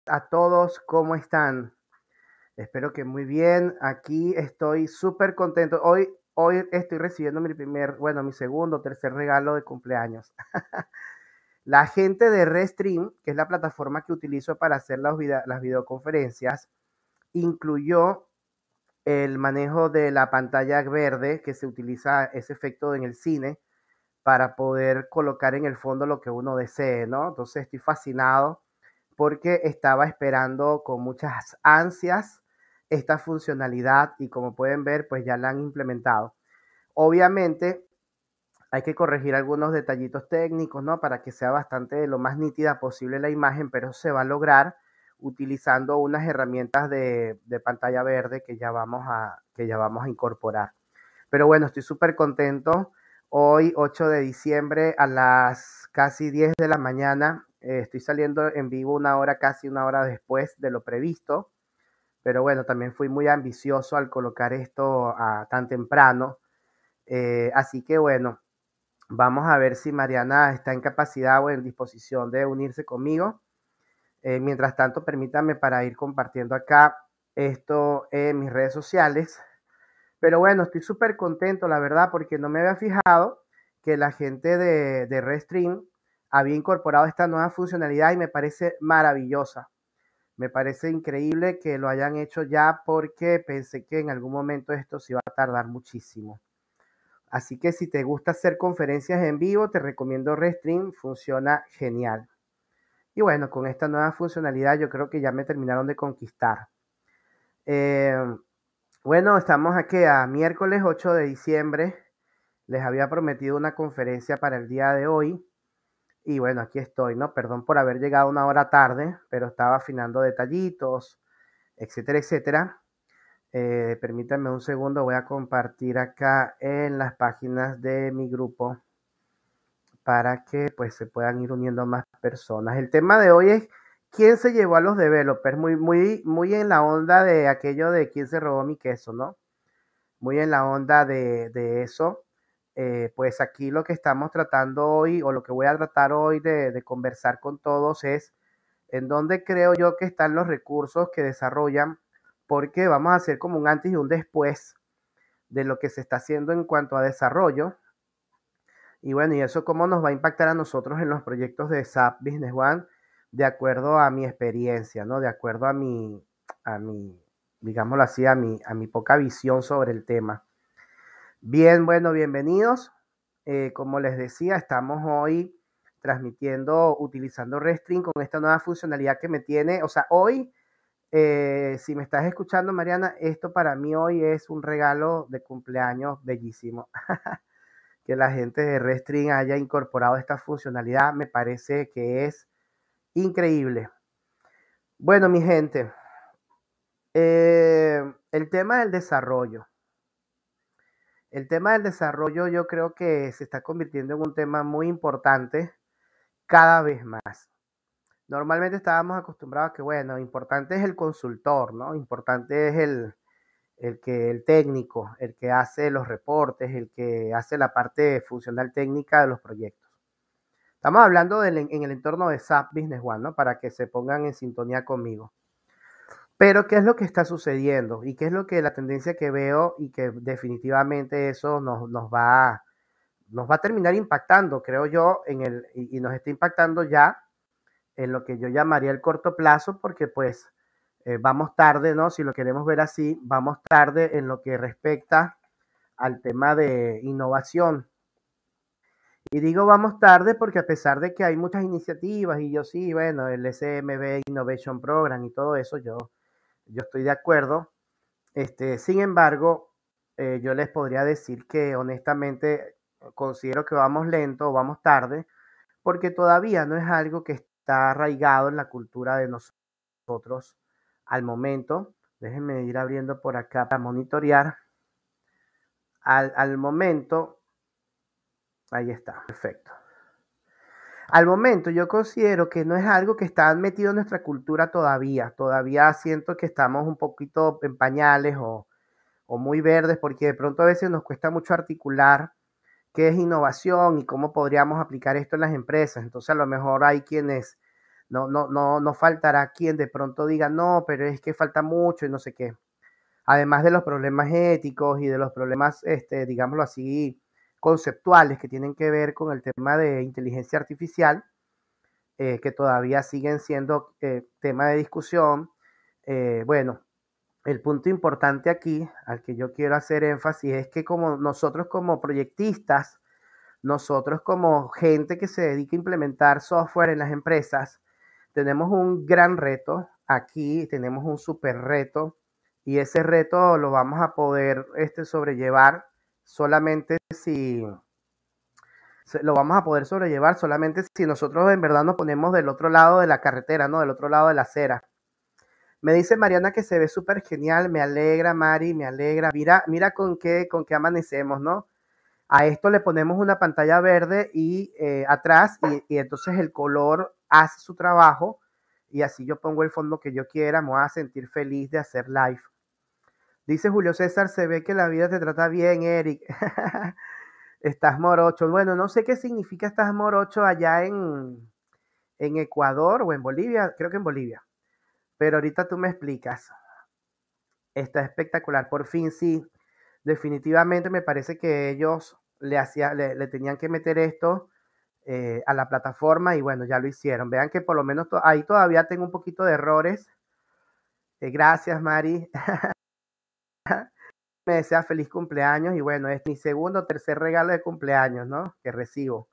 a todos, ¿cómo están? Espero que muy bien. Aquí estoy súper contento. Hoy estoy recibiendo mi segundo o tercer regalo de cumpleaños. La gente de Restream, que es la plataforma que utilizo para hacer las videoconferencias, incluyó el manejo de la pantalla verde que se utiliza ese efecto en el cine para poder colocar en el fondo lo que uno desee, ¿no? Entonces estoy fascinado porque estaba esperando con muchas ansias esta funcionalidad y como pueden ver, pues ya la han implementado. Obviamente hay que corregir algunos detallitos técnicos, ¿no? Para que sea bastante lo más nítida posible la imagen, pero se va a lograr utilizando unas herramientas de pantalla verde que ya vamos a incorporar. Pero bueno, estoy súper contento. Hoy, 8 de diciembre, a las casi 10 de la mañana, estoy saliendo en vivo casi una hora después de lo previsto. Pero bueno, también fui muy ambicioso al colocar esto tan temprano. Así que bueno, vamos a ver si Mariana está en capacidad o en disposición de unirse conmigo. Mientras tanto, permítame para ir compartiendo acá esto en mis redes sociales. Pero bueno, estoy súper contento, la verdad, porque no me había fijado que la gente de Restream había incorporado esta nueva funcionalidad y me parece maravillosa. Me parece increíble que lo hayan hecho ya porque pensé que en algún momento esto se iba a tardar muchísimo. Así que si te gusta hacer conferencias en vivo, te recomiendo Restream, funciona genial. Y bueno, con esta nueva funcionalidad yo creo que ya me terminaron de conquistar. Eh, bueno, estamos aquí a miércoles 8 de diciembre. Les había prometido una conferencia para el día de hoy. Y bueno, aquí estoy, ¿no? Perdón por haber llegado una hora tarde, pero estaba afinando detallitos, etcétera, etcétera. Permítanme un segundo, voy a compartir acá en las páginas de mi grupo para que pues se puedan ir uniendo más personas. El tema de hoy es quién se llevó a los developers, muy en la onda de aquello de quién se robó mi queso, ¿no? Muy en la onda de eso. Pues aquí lo que estamos tratando hoy, o lo que voy a tratar hoy de conversar con todos es en dónde creo yo que están los recursos que desarrollan, porque vamos a hacer como un antes y un después de lo que se está haciendo en cuanto a desarrollo. Y bueno, y eso cómo nos va a impactar a nosotros en los proyectos de SAP Business One, de acuerdo a mi experiencia, ¿no? De acuerdo a mi, digámoslo así, a mi poca visión sobre el tema. Bien, bueno, bienvenidos. Como les decía, estamos hoy transmitiendo utilizando Restream con esta nueva funcionalidad que me tiene. O sea, hoy, si me estás escuchando, Mariana, esto para mí hoy es un regalo de cumpleaños bellísimo. Que la gente de Restream haya incorporado esta funcionalidad me parece que es increíble. Bueno, mi gente, el tema del desarrollo. El tema del desarrollo yo creo que se está convirtiendo en un tema muy importante cada vez más. Normalmente estábamos acostumbrados a que, bueno, importante es el consultor, ¿no? Importante es el técnico, el que hace los reportes, el que hace la parte funcional técnica de los proyectos. Estamos hablando en el entorno de SAP Business One, ¿no? Para que se pongan en sintonía conmigo. Pero, ¿qué es lo que está sucediendo? ¿Y qué es lo que la tendencia que veo y que definitivamente eso nos va a terminar impactando, creo yo, y nos está impactando ya en lo que yo llamaría el corto plazo, porque pues vamos tarde, ¿no? Si lo queremos ver así, vamos tarde en lo que respecta al tema de innovación. Y digo vamos tarde porque a pesar de que hay muchas iniciativas y yo sí, bueno, el SMB Innovation Program y todo eso, yo estoy de acuerdo. Sin embargo, yo les podría decir que honestamente considero que vamos lento, vamos tarde, porque todavía no es algo que está arraigado en la cultura de nosotros al momento. Déjenme ir abriendo por acá para monitorear. Al momento, ahí está, perfecto. Al momento yo considero que no es algo que está metido en nuestra cultura todavía. Todavía siento que estamos un poquito en pañales o muy verdes porque de pronto a veces nos cuesta mucho articular qué es innovación y cómo podríamos aplicar esto en las empresas. Entonces a lo mejor hay quienes no faltará quien de pronto diga, no, pero es que falta mucho y no sé qué. Además de los problemas éticos y de los problemas, digámoslo así, conceptuales que tienen que ver con el tema de inteligencia artificial, que todavía siguen siendo tema de discusión. Bueno, el punto importante aquí al que yo quiero hacer énfasis es que como nosotros como proyectistas, nosotros como gente que se dedica a implementar software en las empresas, tenemos un gran reto aquí, tenemos un super reto y ese reto lo vamos a poder sobrellevar solamente si lo vamos a poder sobrellevar solamente si nosotros en verdad nos ponemos del otro lado de la carretera, ¿no? Del otro lado de la acera. Me dice Mariana que se ve súper genial, me alegra, Mari, me alegra. Mira con qué amanecemos, ¿no? A esto le ponemos una pantalla verde y atrás y entonces el color hace su trabajo y así yo pongo el fondo que yo quiera, me voy a sentir feliz de hacer live. Dice Julio César, se ve que la vida te trata bien, Eric. Estás morocho. Bueno, no sé qué significa estás morocho allá en Ecuador o en Bolivia, creo que en Bolivia. Pero ahorita tú me explicas. Está espectacular. Por fin sí, definitivamente me parece que ellos le tenían que meter esto a la plataforma y bueno, ya lo hicieron. Vean que por lo menos ahí todavía tengo un poquito de errores. Gracias, Mari. Me desea feliz cumpleaños y bueno, es mi segundo o tercer regalo de cumpleaños, ¿no? Que recibo.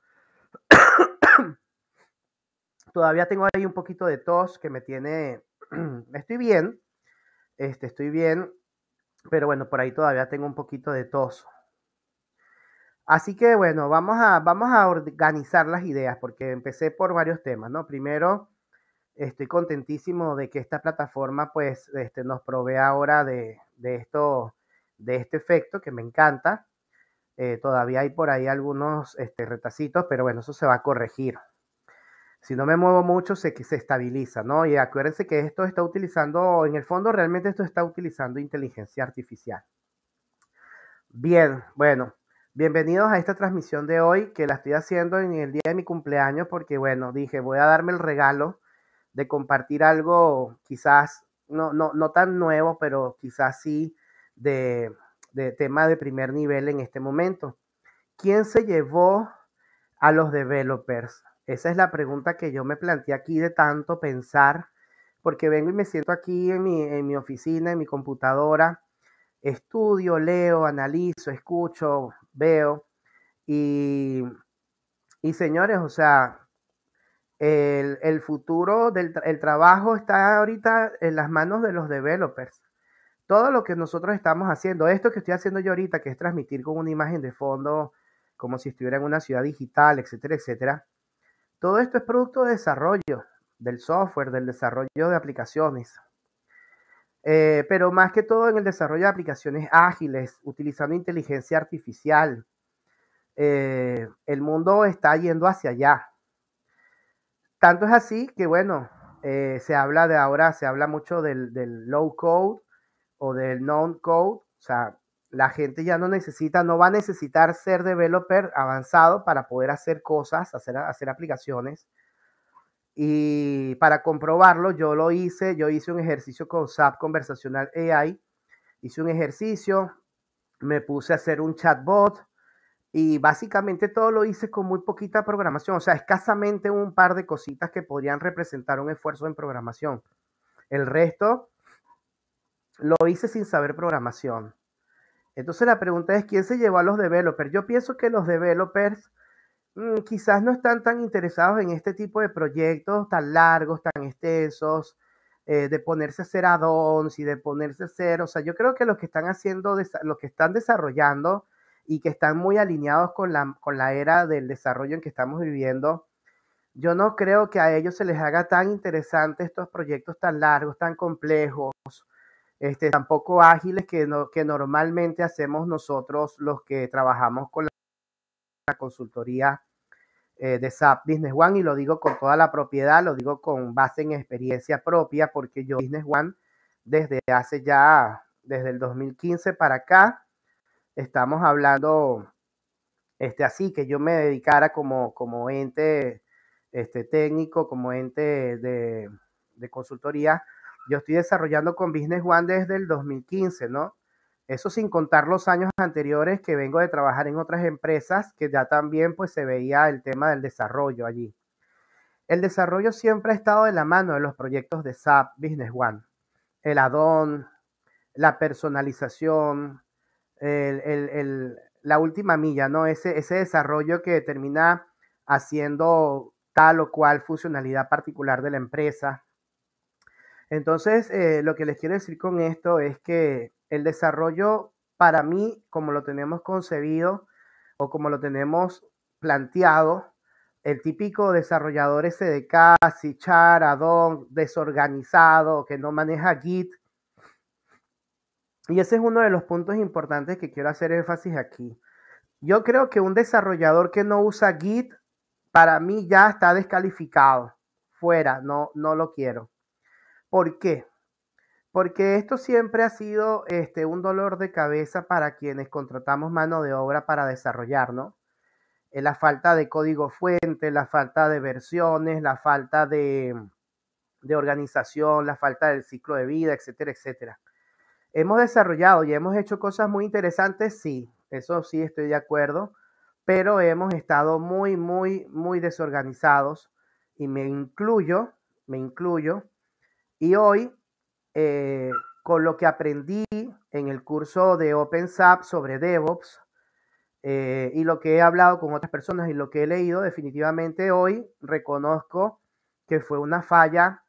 Todavía tengo ahí un poquito de tos que me tiene... Estoy bien, estoy bien, pero bueno, por ahí todavía tengo un poquito de tos. Así que bueno, vamos a organizar las ideas porque empecé por varios temas, ¿no? Primero, estoy contentísimo de que esta plataforma pues nos provee ahora de este efecto que me encanta. Todavía hay por ahí algunos retacitos, pero bueno, eso se va a corregir. Si no me muevo mucho, que se estabiliza, ¿no? Y acuérdense que esto está utilizando, en el fondo realmente esto está utilizando inteligencia artificial. Bien, bueno, bienvenidos a esta transmisión de hoy que la estoy haciendo en el día de mi cumpleaños porque, bueno, dije, voy a darme el regalo de compartir algo quizás no tan nuevo, pero quizás sí de, de tema de primer nivel en este momento. ¿Quién se llevó a los developers? Esa es la pregunta que yo me planteé aquí de tanto pensar, porque vengo y me siento aquí en mi oficina, en mi computadora, estudio, leo, analizo, escucho, veo y, y señores, o sea, el futuro del trabajo está ahorita en las manos de los developers. Todo lo que nosotros estamos haciendo, esto que estoy haciendo yo ahorita, que es transmitir con una imagen de fondo, como si estuviera en una ciudad digital, etcétera, etcétera, todo esto es producto de desarrollo del software, del desarrollo de aplicaciones. Pero más que todo en el desarrollo de aplicaciones ágiles, utilizando inteligencia artificial. El mundo está yendo hacia allá. Tanto es así que, bueno, se habla mucho del low code o del non-code. O sea, la gente ya no va a necesitar ser developer avanzado para poder hacer cosas, hacer aplicaciones. Y para comprobarlo, yo hice un ejercicio con SAP Conversational AI, hice un ejercicio, me puse a hacer un chatbot y básicamente todo lo hice con muy poquita programación, o sea, escasamente un par de cositas que podrían representar un esfuerzo en programación. El resto lo hice sin saber programación. Entonces la pregunta es, ¿quién se llevó a los developers? Yo pienso que los developers quizás no están tan interesados en este tipo de proyectos tan largos, tan extensos, de ponerse a hacer add-ons y de ponerse a hacer, o sea, yo creo que los que están haciendo, los que están desarrollando y que están muy alineados con la era del desarrollo en que estamos viviendo, yo no creo que a ellos se les haga tan interesante estos proyectos tan largos, tan complejos, tampoco ágiles que normalmente hacemos nosotros los que trabajamos con la consultoría de SAP Business One y lo digo con toda la propiedad, lo digo con base en experiencia propia porque yo Business One desde el 2015 para acá, estamos hablando así que yo me dedicara como ente técnico, como ente de consultoría, yo estoy desarrollando con Business One desde el 2015, ¿no? Eso sin contar los años anteriores que vengo de trabajar en otras empresas, que ya también pues se veía el tema del desarrollo allí. El desarrollo siempre ha estado de la mano de los proyectos de SAP Business One. El add-on, la personalización, la última milla, ¿no? Ese desarrollo que termina haciendo tal o cual funcionalidad particular de la empresa. Entonces, lo que les quiero decir con esto es que el desarrollo, para mí, como lo tenemos concebido o como lo tenemos planteado, el típico desarrollador SDK, C#, add-on, desorganizado, que no maneja Git. Y ese es uno de los puntos importantes que quiero hacer énfasis aquí. Yo creo que un desarrollador que no usa Git, para mí ya está descalificado. Fuera, no lo quiero. ¿Por qué? Porque esto siempre ha sido un dolor de cabeza para quienes contratamos mano de obra para desarrollar, ¿no? La falta de código fuente, la falta de versiones, la falta de organización, la falta del ciclo de vida, etcétera, etcétera. Hemos desarrollado y hemos hecho cosas muy interesantes, sí, eso sí estoy de acuerdo, pero hemos estado muy desorganizados y me incluyo, y hoy con lo que aprendí en el curso de OpenSAP sobre DevOps y lo que he hablado con otras personas y lo que he leído, definitivamente hoy reconozco que fue una falla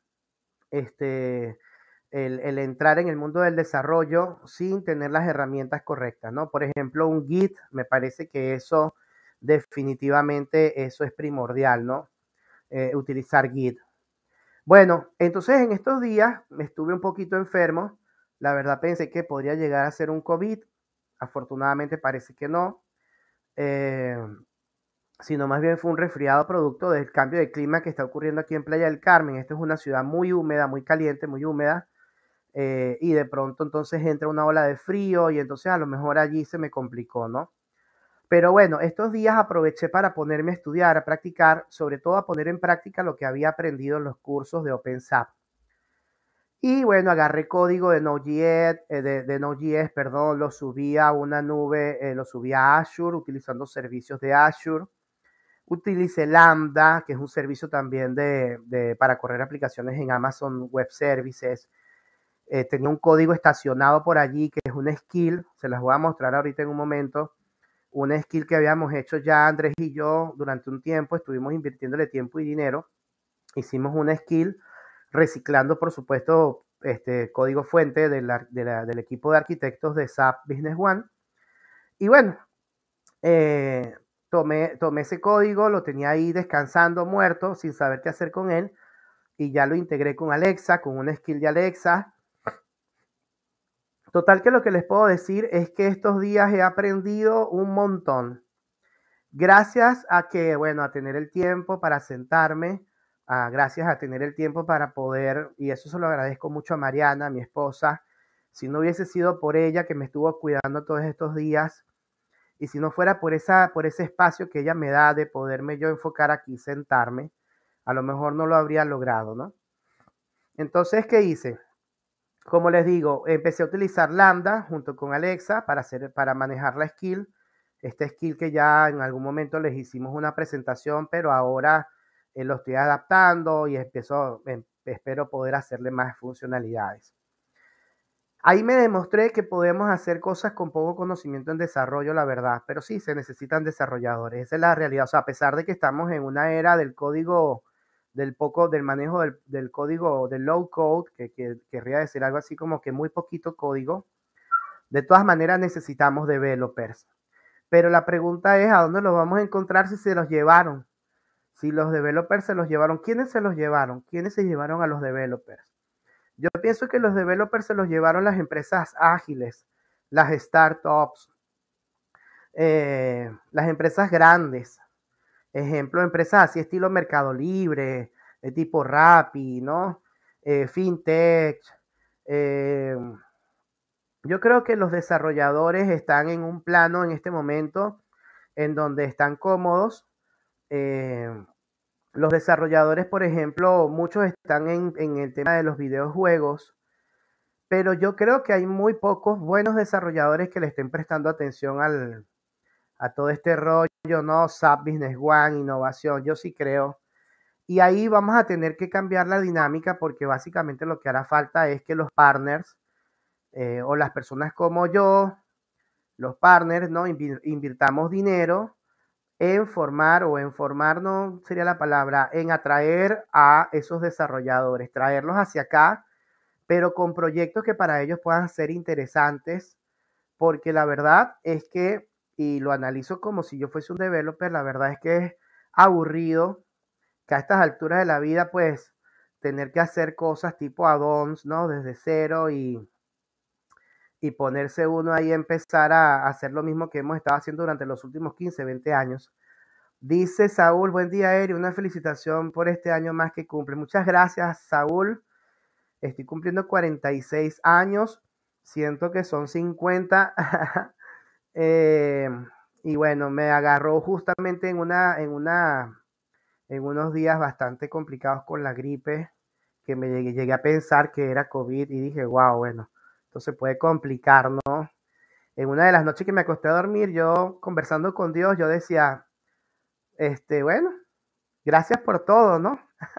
el entrar en el mundo del desarrollo sin tener las herramientas correctas, ¿no? Por ejemplo, un Git, me parece que eso definitivamente eso es primordial, ¿no? Utilizar Git. Bueno, entonces en estos días me estuve un poquito enfermo. La verdad pensé que podría llegar a ser un COVID. Afortunadamente parece que no. Eh, Sino más bien fue un resfriado producto del cambio de clima que está ocurriendo aquí en Playa del Carmen. Esta es una ciudad muy húmeda, muy caliente, muy húmeda. Y de pronto entonces entra una ola de frío y entonces a lo mejor allí se me complicó, ¿no? Pero bueno, estos días aproveché para ponerme a estudiar, a practicar, sobre todo a poner en práctica lo que había aprendido en los cursos de OpenSAP. Y bueno, agarré código de Node.js, Node.js, perdón, lo subí a una nube, lo subí a Azure utilizando servicios de Azure. Utilicé Lambda, que es un servicio también para correr aplicaciones en Amazon Web Services. Tenía un código estacionado por allí, que es una skill, se las voy a mostrar ahorita en un momento. Una skill que habíamos hecho ya Andrés y yo durante un tiempo, estuvimos invirtiéndole tiempo y dinero. Hicimos una skill reciclando, por supuesto, código fuente del equipo de arquitectos de SAP Business One. Y bueno, tomé ese código, lo tenía ahí descansando, muerto, sin saber qué hacer con él, y ya lo integré con Alexa, con una skill de Alexa. Total que lo que les puedo decir es que estos días he aprendido un montón. Gracias a que, bueno, a tener el tiempo para sentarme, gracias a tener el tiempo para poder, y eso se lo agradezco mucho a Mariana, mi esposa, si no hubiese sido por ella que me estuvo cuidando todos estos días, y si no fuera por ese espacio que ella me da de poderme yo enfocar aquí, sentarme, a lo mejor no lo habría logrado, ¿no? Entonces, ¿qué hice? Como les digo, empecé a utilizar Lambda junto con Alexa para manejar la skill. Esta skill que ya en algún momento les hicimos una presentación, pero ahora lo estoy adaptando y espero poder hacerle más funcionalidades. Ahí me demostré que podemos hacer cosas con poco conocimiento en desarrollo, la verdad, pero sí se necesitan desarrolladores, esa es la realidad. O sea, a pesar de que estamos en una era del código, del manejo del código del low code, que querría decir algo así como que muy poquito código, de todas maneras necesitamos developers. Pero la pregunta es, ¿a dónde los vamos a encontrar si se los llevaron? Si los developers se los llevaron, ¿quiénes se los llevaron? ¿Quiénes se llevaron a los developers? Yo pienso que los developers se los llevaron las empresas ágiles, las startups, las empresas grandes. Ejemplo, empresas así estilo Mercado Libre, de tipo Rappi, ¿no? Fintech. Eh, yo creo que los desarrolladores están en un plano en este momento en donde están cómodos. eh, Los desarrolladores, por ejemplo, muchos están en el tema de los videojuegos, pero yo creo que hay muy pocos buenos desarrolladores que le estén prestando atención a todo este rollo, ¿no? SAP Business One, innovación, yo sí creo. Y ahí vamos a tener que cambiar la dinámica porque básicamente lo que hará falta es que los partners o las personas como yo, los partners, ¿no? Invirtamos dinero en formar o en formar, no sería la palabra, en atraer a esos desarrolladores, traerlos hacia acá, pero con proyectos que para ellos puedan ser interesantes, porque la verdad es que, y lo analizo como si yo fuese un developer, la verdad es que es aburrido que a estas alturas de la vida, pues, tener que hacer cosas tipo add-ons, ¿no? Desde cero y ponerse uno ahí a empezar a hacer lo mismo que hemos estado haciendo durante los últimos 15, 20 años. Dice Saúl, buen día, Eri, una felicitación por este año más que cumple. Muchas gracias, Saúl. Estoy cumpliendo 46 años, siento que son 50. Eh, y bueno, me agarró justamente en unos días bastante complicados con la gripe, que llegué a pensar que era COVID y dije, wow, bueno, entonces puede complicar, ¿no? En una de las noches que me acosté a dormir, yo conversando con Dios, yo decía, bueno, gracias por todo, ¿no?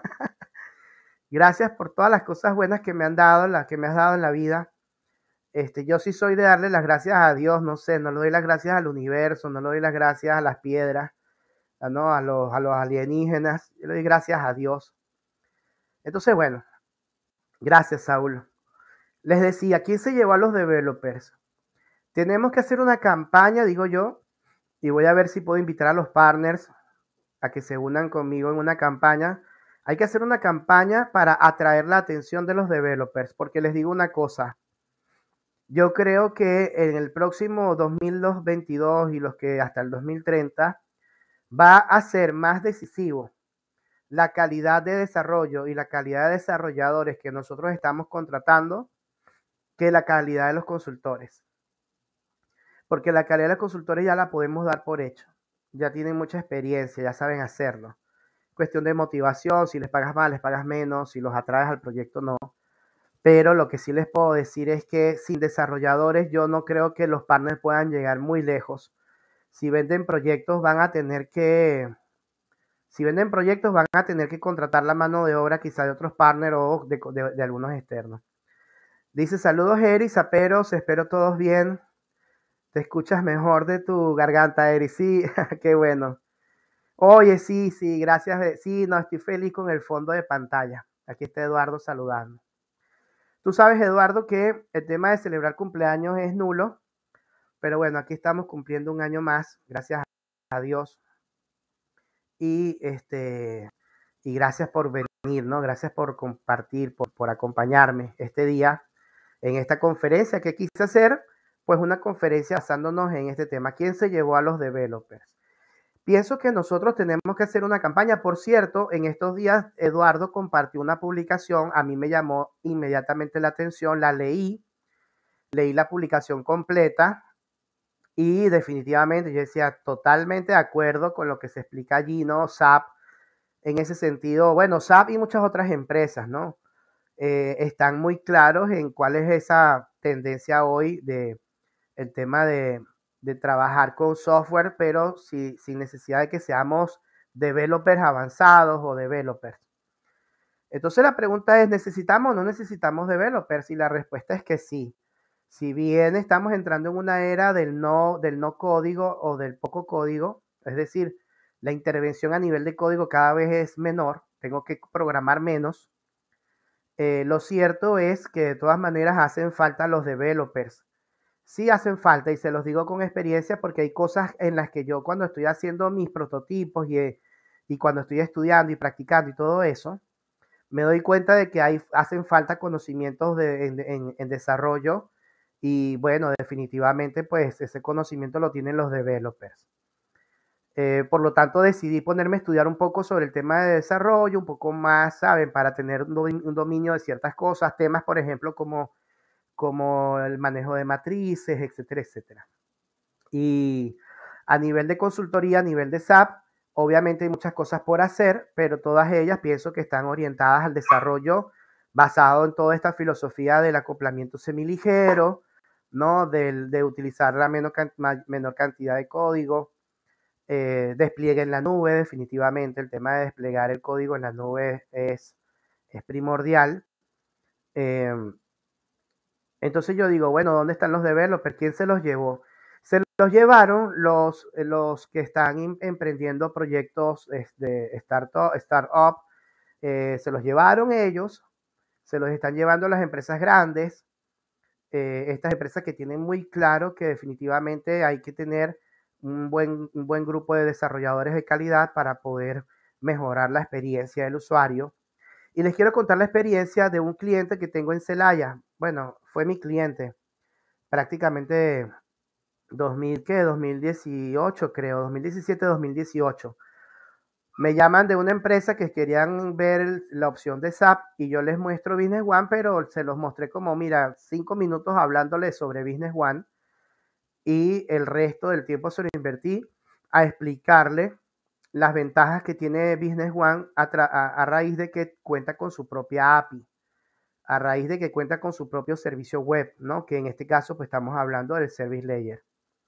Gracias por todas las cosas buenas que me han dado, las que me has dado en la vida. Yo sí soy de darle las gracias a Dios, no sé, no le doy las gracias al universo, no le doy las gracias a las piedras, ¿no? A los alienígenas, yo le doy gracias a Dios. Entonces, bueno, gracias, Saúl. Les decía, ¿quién se llevó a los developers? Tenemos que hacer una campaña, digo yo, y voy a ver si puedo invitar a los partners a que se unan conmigo en una campaña. Hay que hacer una campaña para atraer la atención de los developers, porque les digo una cosa, yo creo que en el próximo 2022 y los que hasta el 2030 va a ser más decisivo la calidad de desarrollo y la calidad de desarrolladores que nosotros estamos contratando que la calidad de los consultores. Porque la calidad de los consultores ya la podemos dar por hecho. Ya tienen mucha experiencia, ya saben hacerlo. Cuestión de motivación, si les pagas más, les pagas menos, si los atraes al proyecto, no. Pero lo que sí les puedo decir es que sin desarrolladores yo no creo que los partners puedan llegar muy lejos. Si venden proyectos van a tener que, si venden proyectos van a tener que contratar la mano de obra quizá de otros partners o de algunos externos. Dice, saludos Eri, Zaperos, espero todos bien. Te escuchas mejor de tu garganta, Eri. Sí, qué bueno. Oye, sí, sí, gracias. Sí, no, estoy feliz con el fondo de pantalla. Aquí está Eduardo saludando. Tú sabes, Eduardo, que el tema de celebrar cumpleaños es nulo, pero bueno, aquí estamos cumpliendo un año más, gracias a Dios. Y y gracias por venir, ¿no? Gracias por compartir, por acompañarme este día en esta conferencia que quise hacer, pues una conferencia basándonos en este tema. ¿Quién se llevó a los developers? Pienso que nosotros tenemos que hacer una campaña. Por cierto, en estos días Eduardo compartió una publicación, a mí me llamó inmediatamente la atención, la leí la publicación completa y definitivamente yo decía totalmente de acuerdo con lo que se explica allí, ¿no? SAP, en ese sentido, bueno, SAP y muchas otras empresas, ¿no? Están muy claros en cuál es esa tendencia hoy de el tema de trabajar con software, pero sin necesidad de que seamos developers avanzados o developers. Entonces la pregunta es, ¿necesitamos o no necesitamos developers? Y la respuesta es que sí. Si bien estamos entrando en una era del no código o del poco código, es decir, la intervención a nivel de código cada vez es menor, tengo que programar menos, lo cierto es que de todas maneras hacen falta los developers. Sí hacen falta y se los digo con experiencia porque hay cosas en las que yo cuando estoy haciendo mis prototipos y cuando estoy estudiando y practicando y todo eso, me doy cuenta de que hacen falta conocimientos en desarrollo y bueno, definitivamente pues ese conocimiento lo tienen los developers. Por lo tanto, decidí ponerme a estudiar un poco sobre el tema de desarrollo, un poco más, ¿saben? Para tener un dominio de ciertas cosas, temas, por ejemplo, como el manejo de matrices, etcétera, etcétera. Y a nivel de consultoría, a nivel de SAP, Obviamente hay muchas cosas por hacer, pero todas ellas pienso que están orientadas al desarrollo basado en toda esta filosofía del acoplamiento semiligero, ¿no? De utilizar la menor cantidad de código, despliegue en la nube, definitivamente. El tema de desplegar el código en la nube es primordial. Eh, entonces yo digo, bueno, ¿dónde están los developers? ¿Quién se los llevó? Se los llevaron los que están emprendiendo proyectos de startup, se los llevaron ellos, se los están llevando las empresas grandes, estas empresas que tienen muy claro que definitivamente hay que tener un buen grupo de desarrolladores de calidad para poder mejorar la experiencia del usuario. Y les quiero contar la experiencia de un cliente que tengo en Celaya. Bueno, fue mi cliente prácticamente 2018 creo, 2017, 2018. Me llaman de una empresa que querían ver la opción de SAP y yo les muestro Business One, pero se los mostré como, mira, 5 minutos hablándole sobre Business One y el resto del tiempo se lo invertí a explicarle las ventajas que tiene Business One a raíz de que cuenta con su propia API, a raíz de que cuenta con su propio servicio web, ¿no? Que en este caso pues estamos hablando del Service Layer.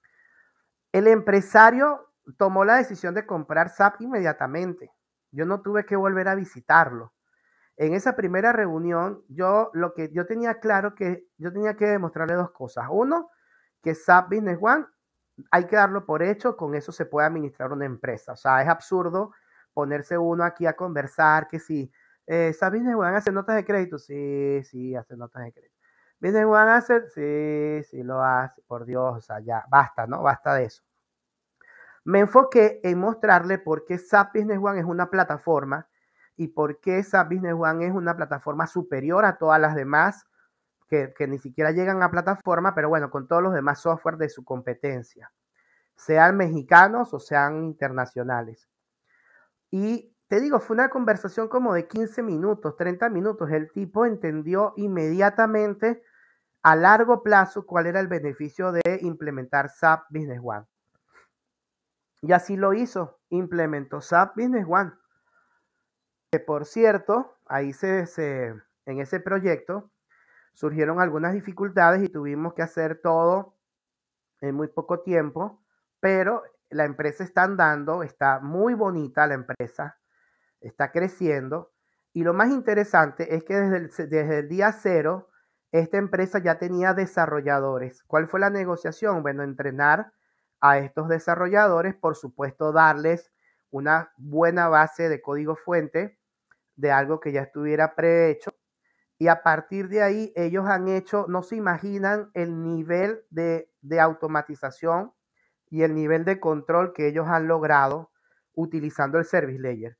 El empresario tomó la decisión de comprar SAP inmediatamente. Yo no tuve que volver a visitarlo. En esa primera reunión, yo tenía claro que yo tenía que demostrarle dos cosas. Uno, que SAP Business One hay que darlo por hecho, con eso se puede administrar una empresa. O sea, es absurdo ponerse uno aquí a conversar que si SAP Business One hace notas de crédito, sí, sí, hace notas de crédito. Business One hace, sí, sí lo hace, por Dios, o sea, ya, basta, ¿no? Basta de eso. Me enfoqué en mostrarle por qué SAP Business One es una plataforma y por qué SAP Business One es una plataforma superior a todas las demás que ni siquiera llegan a plataforma, pero bueno, con todos los demás software de su competencia, sean mexicanos o sean internacionales. Y te digo, fue una conversación como de 15 minutos, 30 minutos. El tipo entendió inmediatamente a largo plazo cuál era el beneficio de implementar SAP Business One. Y así lo hizo, implementó SAP Business One. Que por cierto, ahí en ese proyecto surgieron algunas dificultades y tuvimos que hacer todo en muy poco tiempo, pero la empresa está andando, está muy bonita la empresa, está creciendo y lo más interesante es que desde el día cero esta empresa ya tenía desarrolladores. ¿Cuál fue la negociación? Bueno, entrenar a estos desarrolladores, por supuesto, darles una buena base de código fuente de algo que ya estuviera prehecho. Y a partir de ahí ellos han hecho, no se imaginan el nivel de automatización y el nivel de control que ellos han logrado utilizando el Service Layer.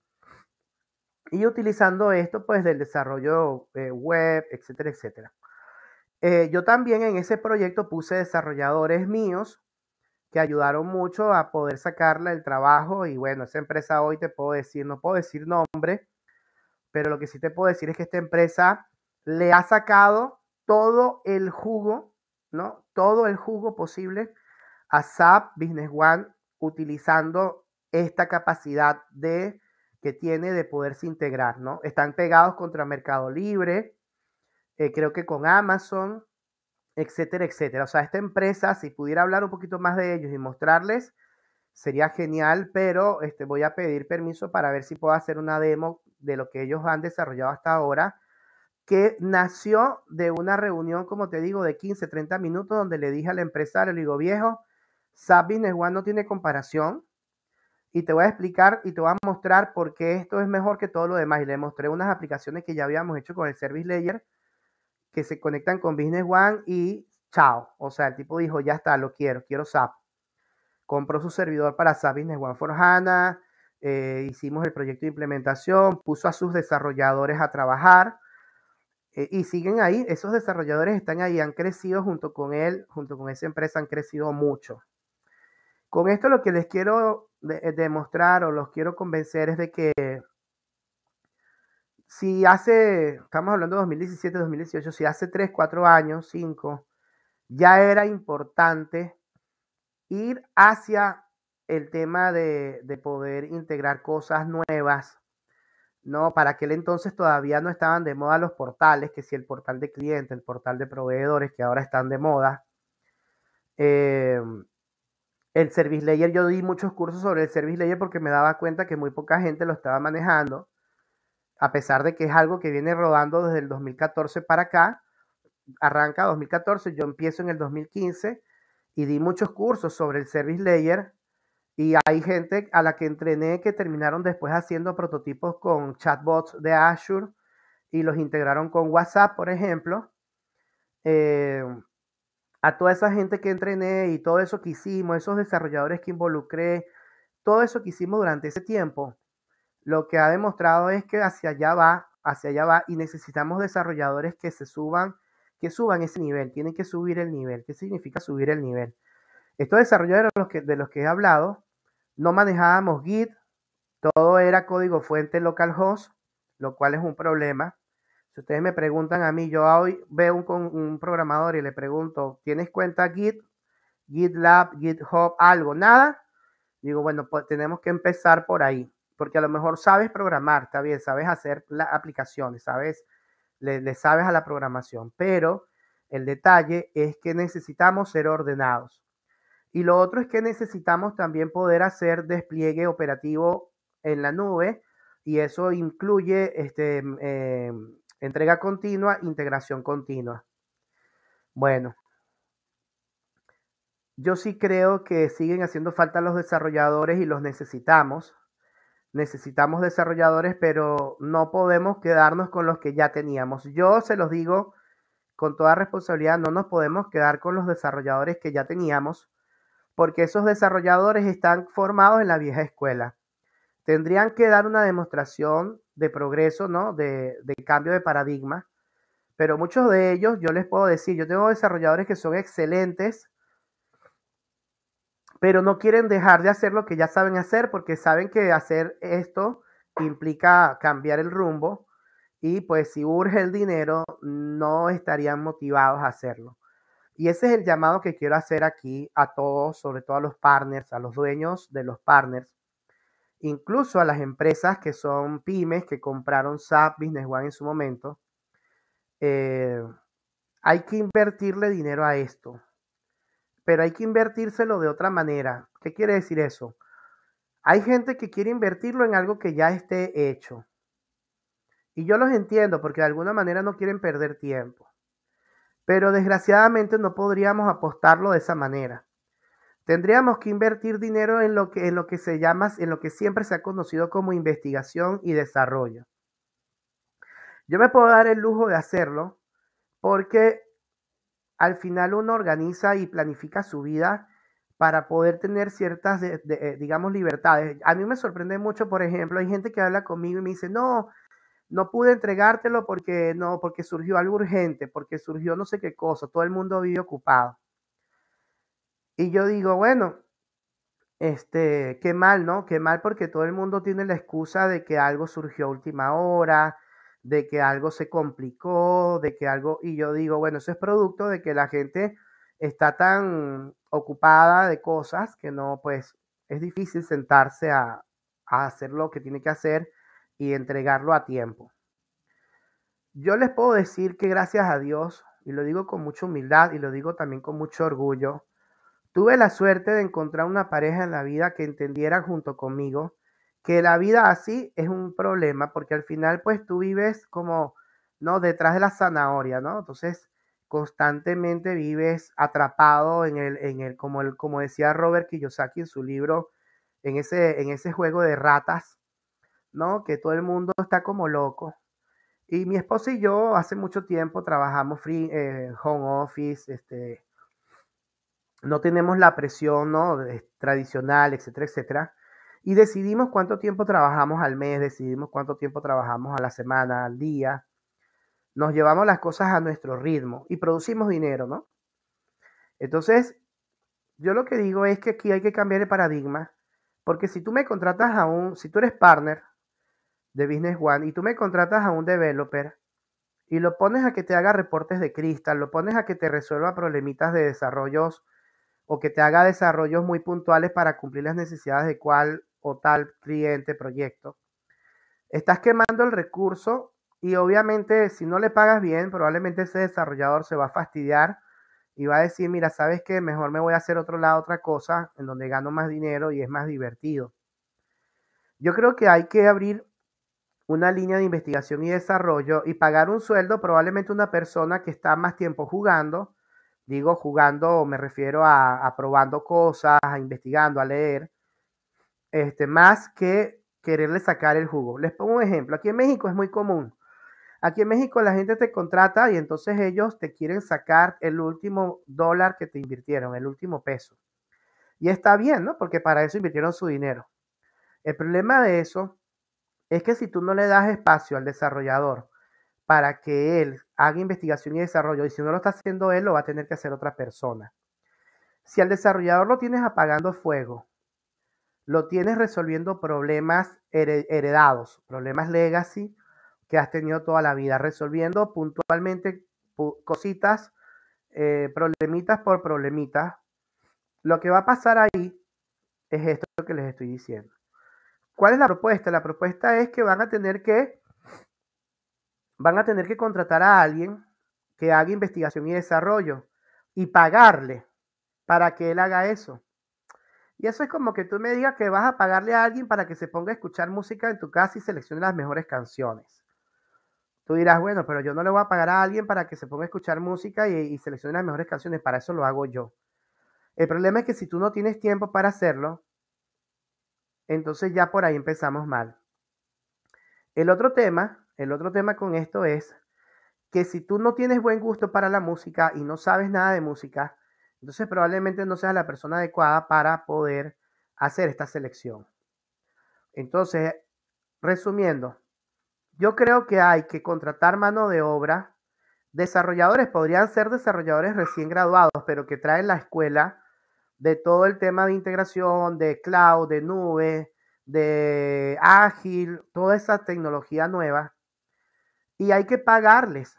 Y utilizando esto pues del desarrollo web, etcétera, etcétera. Yo también en ese proyecto puse desarrolladores míos que ayudaron mucho a poder sacarle el trabajo y bueno, esa empresa hoy te puedo decir, no puedo decir nombre, pero lo que sí te puedo decir es que esta empresa le ha sacado todo el jugo, ¿no? Todo el jugo posible a SAP Business One utilizando esta capacidad que tiene de poderse integrar, ¿no? Están pegados contra Mercado Libre, creo que con Amazon, etcétera, etcétera. O sea, esta empresa, si pudiera hablar un poquito más de ellos y mostrarles, sería genial, pero voy a pedir permiso para ver si puedo hacer una demo de lo que ellos han desarrollado hasta ahora, que nació de una reunión, como te digo, de 15, 30 minutos, donde le dije al empresario, le digo, viejo, SAP Business One no tiene comparación y te voy a explicar y te voy a mostrar por qué esto es mejor que todo lo demás. Y le mostré unas aplicaciones que ya habíamos hecho con el Service Layer que se conectan con Business One y chao. O sea, el tipo dijo, ya está, lo quiero SAP. Compró su servidor para SAP Business One for HANA, hicimos el proyecto de implementación, puso a sus desarrolladores a trabajar y siguen ahí. Esos desarrolladores están ahí, han crecido junto con él, junto con esa empresa, han crecido mucho. Con esto lo que les quiero demostrar o los quiero convencer es de que si estamos hablando de 2017, 2018, si hace 3, 4 años, 5, ya era importante ir hacia el tema de poder integrar cosas nuevas, ¿no? Para aquel entonces todavía no estaban de moda los portales, que si el portal de cliente, el portal de proveedores, que ahora están de moda. Eh, el Service Layer, yo di muchos cursos sobre el Service Layer porque me daba cuenta que muy poca gente lo estaba manejando, a pesar de que es algo que viene rodando desde el 2014 para acá. Arranca 2014, yo empiezo en el 2015 y di muchos cursos sobre el Service Layer. Y hay gente a la que entrené que terminaron después haciendo prototipos con chatbots de Azure y los integraron con WhatsApp, por ejemplo. Eh, a toda esa gente que entrené y todo eso que hicimos, esos desarrolladores que involucré, todo eso que hicimos durante ese tiempo, lo que ha demostrado es que hacia allá va y necesitamos desarrolladores que suban ese nivel, tienen que subir el nivel. ¿Qué significa subir el nivel? Estos desarrolladores de los que he hablado, no manejábamos Git, todo era código fuente localhost, lo cual es un problema. Si ustedes me preguntan a mí, yo hoy veo un programador y le pregunto, ¿tienes cuenta Git, GitLab, GitHub, algo? Nada. Digo, bueno, pues tenemos que empezar por ahí, porque a lo mejor sabes programar, está bien, sabes hacer las aplicaciones, le sabes a la programación, pero el detalle es que necesitamos ser ordenados. Y lo otro es que necesitamos también poder hacer despliegue operativo en la nube y eso incluye entrega continua, integración continua. Bueno, yo sí creo que siguen haciendo falta los desarrolladores y los necesitamos. Necesitamos desarrolladores, pero no podemos quedarnos con los que ya teníamos. Yo se los digo con toda responsabilidad, no nos podemos quedar con los desarrolladores que ya teníamos, porque esos desarrolladores están formados en la vieja escuela. Tendrían que dar una demostración de progreso, ¿no? De cambio de paradigma, pero muchos de ellos, yo les puedo decir, yo tengo desarrolladores que son excelentes, pero no quieren dejar de hacer lo que ya saben hacer porque saben que hacer esto implica cambiar el rumbo y pues si urge el dinero, no estarían motivados a hacerlo. Y ese es el llamado que quiero hacer aquí a todos, sobre todo a los partners, a los dueños de los partners, incluso a las empresas que son pymes que compraron SAP Business One en su momento. Eh, hay que invertirle dinero a esto, pero hay que invertírselo de otra manera. ¿Qué quiere decir eso? Hay gente que quiere invertirlo en algo que ya esté hecho. Y yo los entiendo porque de alguna manera no quieren perder tiempo. Pero desgraciadamente no podríamos apostarlo de esa manera. Tendríamos que invertir dinero en lo que se llama, en lo que siempre se ha conocido como investigación y desarrollo. Yo me puedo dar el lujo de hacerlo porque al final uno organiza y planifica su vida para poder tener ciertas, digamos, libertades. A mí me sorprende mucho, por ejemplo, hay gente que habla conmigo y me dice, no, no pude entregártelo porque no, porque surgió algo urgente, porque surgió no sé qué cosa, todo el mundo vive ocupado. Y yo digo, bueno, qué mal, ¿no? Qué mal porque todo el mundo tiene la excusa de que algo surgió a última hora, de que algo se complicó, de que algo, y yo digo, bueno, eso es producto de que la gente está tan ocupada de cosas que no, pues es difícil sentarse a hacer lo que tiene que hacer y entregarlo a tiempo. Yo les puedo decir que gracias a Dios, y lo digo con mucha humildad y lo digo también con mucho orgullo, tuve la suerte de encontrar una pareja en la vida que entendiera junto conmigo que la vida así es un problema, porque al final pues tú vives como, ¿no? Detrás de la zanahoria, ¿no? Entonces constantemente vives atrapado como decía Robert Kiyosaki en su libro, en ese juego de ratas, ¿no? Que todo el mundo está como loco. Y mi esposa y yo hace mucho tiempo trabajamos home office, no tenemos la presión, ¿no? Tradicional, etcétera, etcétera. Y decidimos cuánto tiempo trabajamos al mes, decidimos cuánto tiempo trabajamos a la semana, al día. Nos llevamos las cosas a nuestro ritmo y producimos dinero, ¿no? Entonces, yo lo que digo es que aquí hay que cambiar el paradigma, porque si tú me contratas si tú eres partner de Business One y tú me contratas a un developer y lo pones a que te haga reportes de Crystal, lo pones a que te resuelva problemitas de desarrollos o que te haga desarrollos muy puntuales para cumplir las necesidades de cual o tal cliente, proyecto. Estás quemando el recurso y obviamente si no le pagas bien, probablemente ese desarrollador se va a fastidiar y va a decir, mira, ¿sabes qué? Mejor me voy a hacer otro lado, otra cosa, en donde gano más dinero y es más divertido. Yo creo que hay que abrir una línea de investigación y desarrollo y pagar un sueldo probablemente a una persona que está más tiempo jugando. Digo jugando, me refiero a probando cosas, a investigando, a leer, más que quererle sacar el jugo. Les pongo un ejemplo. Aquí en México es muy común. Aquí en México la gente te contrata y entonces ellos te quieren sacar el último dólar que te invirtieron, el último peso. Y está bien, ¿no? Porque para eso invirtieron su dinero. El problema de eso es que si tú no le das espacio al desarrollador para que él haga investigación y desarrollo, y si no lo está haciendo él, lo va a tener que hacer otra persona. Si al desarrollador lo tienes apagando fuego, lo tienes resolviendo problemas heredados, problemas legacy que has tenido toda la vida, resolviendo puntualmente cositas, problemitas por problemitas, lo que va a pasar ahí es esto que les estoy diciendo. ¿Cuál es la propuesta? La propuesta es que van a tener que contratar a alguien que haga investigación y desarrollo y pagarle para que él haga eso. Y eso es como que tú me digas que vas a pagarle a alguien para que se ponga a escuchar música en tu casa y seleccione las mejores canciones. Tú dirás, bueno, pero yo no le voy a pagar a alguien para que se ponga a escuchar música y seleccione las mejores canciones, para eso lo hago yo. El problema es que si tú no tienes tiempo para hacerlo, entonces ya por ahí empezamos mal. El otro tema con esto es que si tú no tienes buen gusto para la música y no sabes nada de música, entonces probablemente no seas la persona adecuada para poder hacer esta selección. Entonces, resumiendo, yo creo que hay que contratar mano de obra. Desarrolladores podrían ser desarrolladores recién graduados, pero que traen la escuela de todo el tema de integración, de cloud, de nube, de ágil, toda esa tecnología nueva. Y hay que pagarles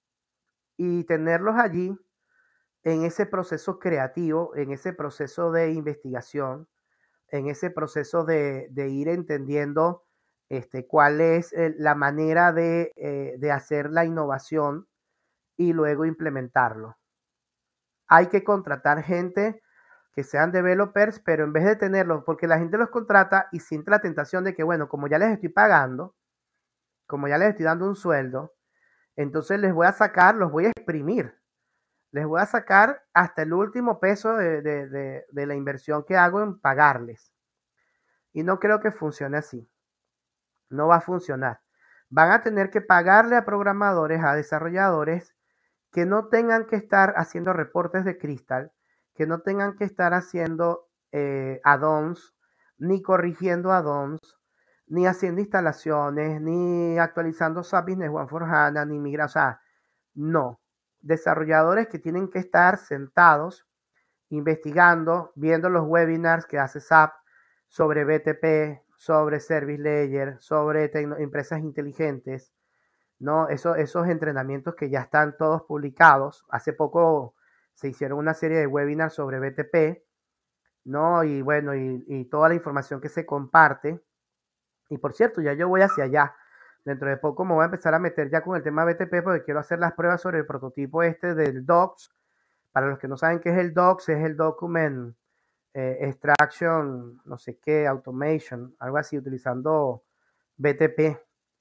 y tenerlos allí en ese proceso creativo, en ese proceso de investigación, en ese proceso de ir entendiendo cuál es la manera de hacer la innovación y luego implementarlo. Hay que contratar gente que sean developers, pero en vez de tenerlos, porque la gente los contrata y siente la tentación de que, bueno, como ya les estoy pagando, como ya les estoy dando un sueldo, entonces les voy a sacar, los voy a exprimir. Les voy a sacar hasta el último peso de la inversión que hago en pagarles. Y no creo que funcione así. No va a funcionar. Van a tener que pagarle a programadores, a desarrolladores que no tengan que estar haciendo reportes de Crystal, que no tengan que estar haciendo add-ons, ni corrigiendo add-ons, ni haciendo instalaciones, ni actualizando SAP Business One for HANA, ni migrando. O sea, no. Desarrolladores que tienen que estar sentados, investigando, viendo los webinars que hace SAP sobre BTP, sobre Service Layer, sobre empresas inteligentes, ¿no? Esos entrenamientos que ya están todos publicados. Hace poco se hicieron una serie de webinars sobre BTP, ¿no? Y bueno, y toda la información que se comparte. Y por cierto, ya yo voy hacia allá. Dentro de poco me voy a empezar a meter ya con el tema BTP porque quiero hacer las pruebas sobre el prototipo del DOCS. Para los que no saben qué es el DOCS, es el Document Extraction, no sé qué, Automation, algo así, utilizando BTP.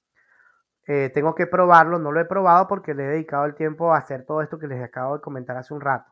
Tengo que probarlo, no lo he probado porque le he dedicado el tiempo a hacer todo esto que les acabo de comentar hace un rato.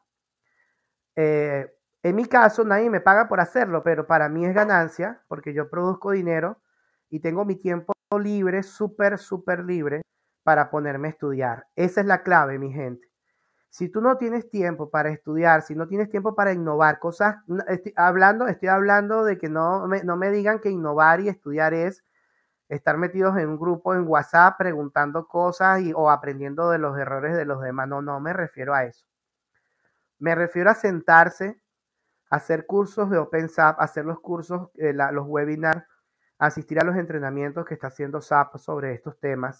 En mi caso, nadie me paga por hacerlo, pero para mí es ganancia porque yo produzco dinero y tengo mi tiempo libre, súper libre para ponerme a estudiar. Esa es la clave, mi gente. Si tú no tienes tiempo para estudiar, si no tienes tiempo para innovar cosas, estoy hablando de que no me digan que innovar y estudiar es estar metidos en un grupo en WhatsApp preguntando cosas o aprendiendo de los errores de los demás. No me refiero a eso. Me refiero a sentarse, hacer cursos de OpenSAP, hacer los cursos, los webinars, asistir a los entrenamientos que está haciendo SAP sobre estos temas.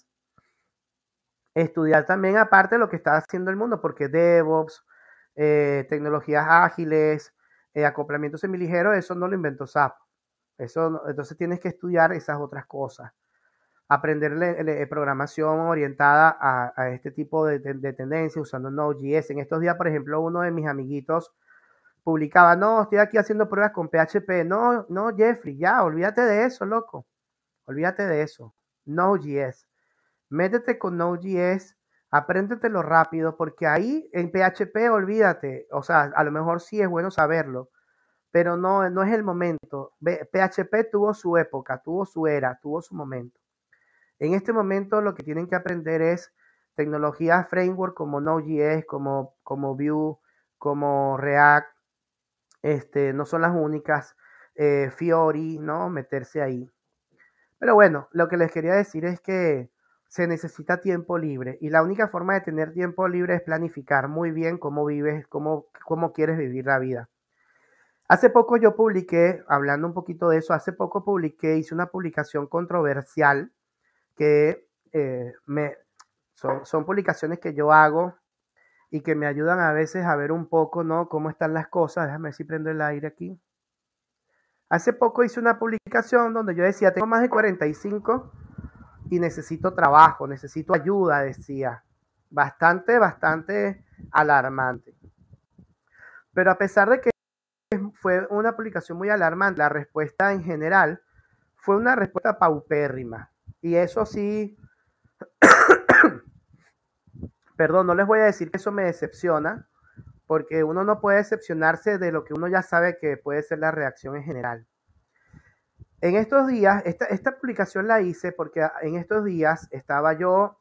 Estudiar también aparte lo que está haciendo el mundo, porque DevOps, tecnologías ágiles, acoplamiento semiligero, eso no lo inventó SAP. Entonces tienes que estudiar esas otras cosas. Aprender programación orientada a este tipo de tendencia usando Node.js. En estos días, por ejemplo, uno de mis amiguitos publicaba, no, estoy aquí haciendo pruebas con PHP. No, no, Jeffrey, ya, olvídate de eso, loco. Olvídate de eso. Node.js. Métete con Node.js, apréndetelo rápido, porque ahí en PHP olvídate. O sea, a lo mejor sí es bueno saberlo, pero no es el momento. PHP tuvo su época, tuvo su era, tuvo su momento. En este momento lo que tienen que aprender es tecnologías framework como Node.js, como Vue, como React. No son las únicas. Fiori, ¿no? Meterse ahí. Pero bueno, lo que les quería decir es que se necesita tiempo libre y la única forma de tener tiempo libre es planificar muy bien cómo vives, cómo quieres vivir la vida. Hace poco yo publiqué, hablando un poquito de eso, hice una publicación controversial que son publicaciones que yo hago y que me ayudan a veces a ver un poco, ¿no? Cómo están las cosas. Déjame ver si prendo el aire aquí. Hace poco hice una publicación donde yo decía, tengo más de 45 y necesito trabajo, necesito ayuda, decía. Bastante alarmante. Pero a pesar de que fue una publicación muy alarmante, la respuesta en general fue una respuesta paupérrima. Y eso sí, perdón, no les voy a decir que eso me decepciona, porque uno no puede decepcionarse de lo que uno ya sabe que puede ser la reacción en general. En estos días, esta publicación la hice porque en estos días estaba yo,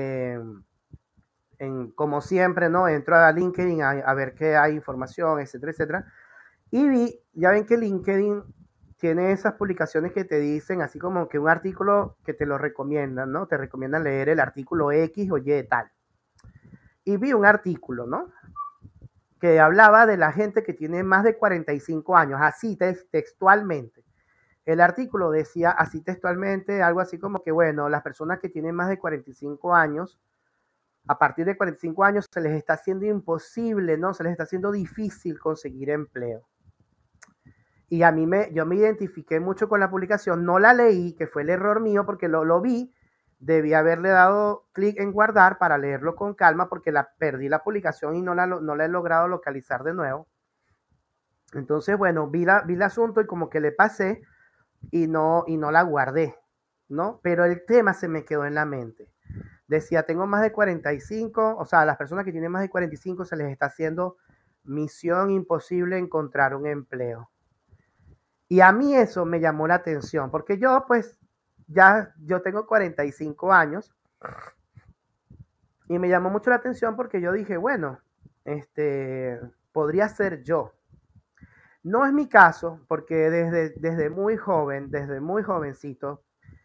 como siempre, ¿no? Entro a LinkedIn a ver qué hay información, etcétera, etcétera. Y ya ven que LinkedIn tiene esas publicaciones que te dicen, así como que un artículo que te lo recomiendan, ¿no? Te recomiendan leer el artículo X o Y tal. Y vi un artículo, ¿no? Que hablaba de la gente que tiene más de 45 años, así textualmente. El artículo decía así textualmente, algo así como que, bueno, las personas que tienen más de 45 años, a partir de 45 años se les está haciendo imposible, ¿no? Se les está haciendo difícil conseguir empleo. Y yo me identifiqué mucho con la publicación, no la leí, que fue el error mío, porque lo vi, debí haberle dado clic en guardar para leerlo con calma, porque perdí la publicación y no la he logrado localizar de nuevo. Entonces, bueno, vi el asunto y como que le pasé y no la guardé, ¿no? Pero el tema se me quedó en la mente. Decía, tengo más de 45, o sea, a las personas que tienen más de 45 se les está haciendo misión imposible encontrar un empleo. Y a mí eso me llamó la atención, porque yo pues yo tengo 45 años y me llamó mucho la atención porque yo dije, bueno, podría ser yo. No es mi caso, porque desde muy joven, desde muy jovencito,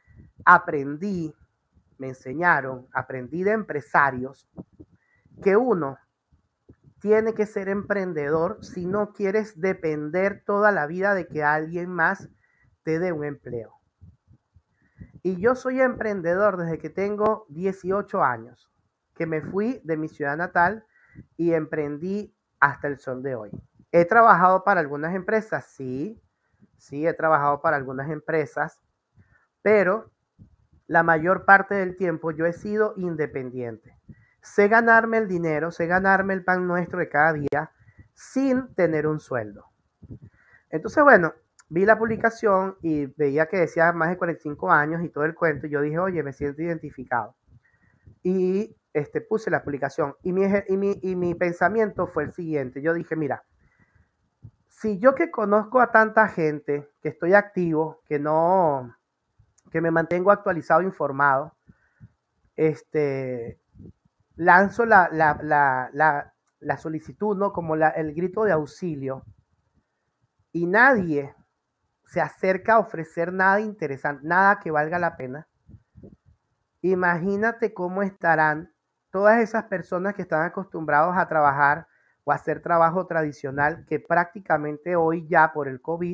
me enseñaron, aprendí de empresarios que uno tiene que ser emprendedor si no quieres depender toda la vida de que alguien más te dé un empleo. Y yo soy emprendedor desde que tengo 18 años, que me fui de mi ciudad natal y emprendí hasta el sol de hoy. He trabajado para algunas empresas, sí, he trabajado para algunas empresas, pero la mayor parte del tiempo yo he sido independiente. Sé ganarme el dinero, sé ganarme el pan nuestro de cada día sin tener un sueldo. Entonces, bueno, vi la publicación y veía que decía más de 45 años y todo el cuento. Y yo dije, oye, me siento identificado. Y puse la publicación. Y mi pensamiento fue el siguiente. Yo dije, mira, si yo que conozco a tanta gente, que estoy activo, que me mantengo actualizado, informado, lanzo la solicitud, ¿no? Como el grito de auxilio. Y nadie se acerca a ofrecer nada interesante, nada que valga la pena. Imagínate cómo estarán todas esas personas que están acostumbrados a trabajar o a hacer trabajo tradicional, que prácticamente hoy ya por el COVID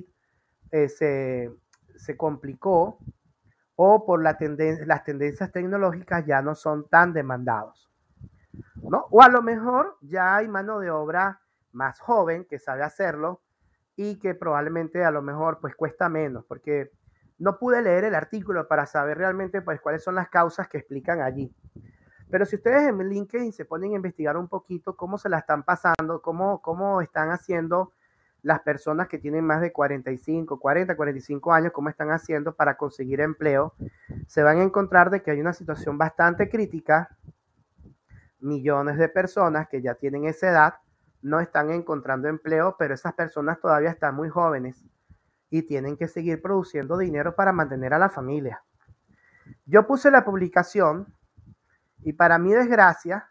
se complicó, o por las tendencias tecnológicas ya no son tan demandados, ¿no? O a lo mejor ya hay mano de obra más joven que sabe hacerlo y que probablemente a lo mejor pues cuesta menos, porque no pude leer el artículo para saber realmente pues cuáles son las causas que explican allí. Pero si ustedes en LinkedIn se ponen a investigar un poquito cómo se la están pasando, cómo están haciendo las personas que tienen más de 45, 40, 45 años, cómo están haciendo para conseguir empleo, se van a encontrar de que hay una situación bastante crítica. Millones de personas que ya tienen esa edad no están encontrando empleo, pero esas personas todavía están muy jóvenes y tienen que seguir produciendo dinero para mantener a la familia. Yo puse la publicación y para mi desgracia,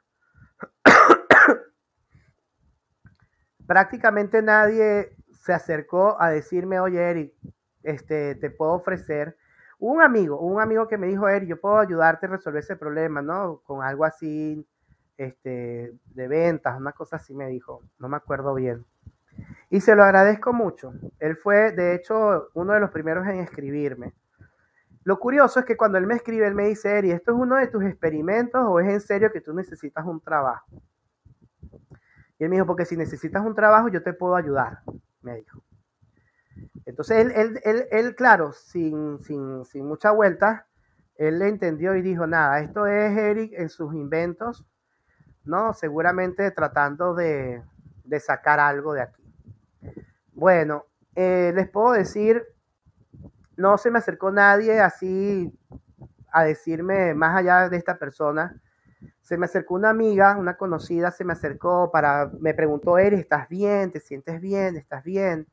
prácticamente nadie se acercó a decirme, oye, Eric, te puedo ofrecer. Un amigo que me dijo, Eric, yo puedo ayudarte a resolver ese problema, ¿no? Con algo así, de ventas, una cosa así me dijo, no me acuerdo bien. Y se lo agradezco mucho. Él fue, de hecho, uno de los primeros en escribirme. Lo curioso es que cuando él me escribe, él me dice, Eri, ¿esto es uno de tus experimentos o es en serio que tú necesitas un trabajo? Y él me dijo, porque si necesitas un trabajo, yo te puedo ayudar, me dijo. Entonces él claro, sin mucha vuelta, él le entendió y dijo, nada, esto es Eric en sus inventos, ¿no? Seguramente tratando de sacar algo de aquí. Bueno, les puedo decir, no se me acercó nadie así a decirme más allá de esta persona. Se me acercó una amiga, una conocida, se me acercó me preguntó, Eri, ¿estás bien? ¿Te sientes bien? ¿Estás bien?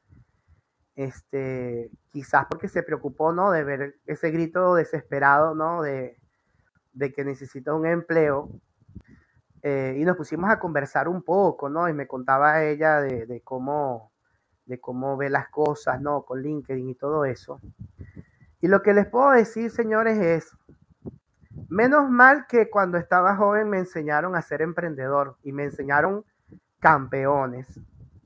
Quizás porque se preocupó, ¿no? De ver ese grito desesperado, ¿no? De que necesita un empleo. Y nos pusimos a conversar un poco, ¿no? Y me contaba ella de cómo ve las cosas, ¿no? Con LinkedIn y todo eso. Y lo que les puedo decir, señores, es, menos mal que cuando estaba joven me enseñaron a ser emprendedor y me enseñaron campeones.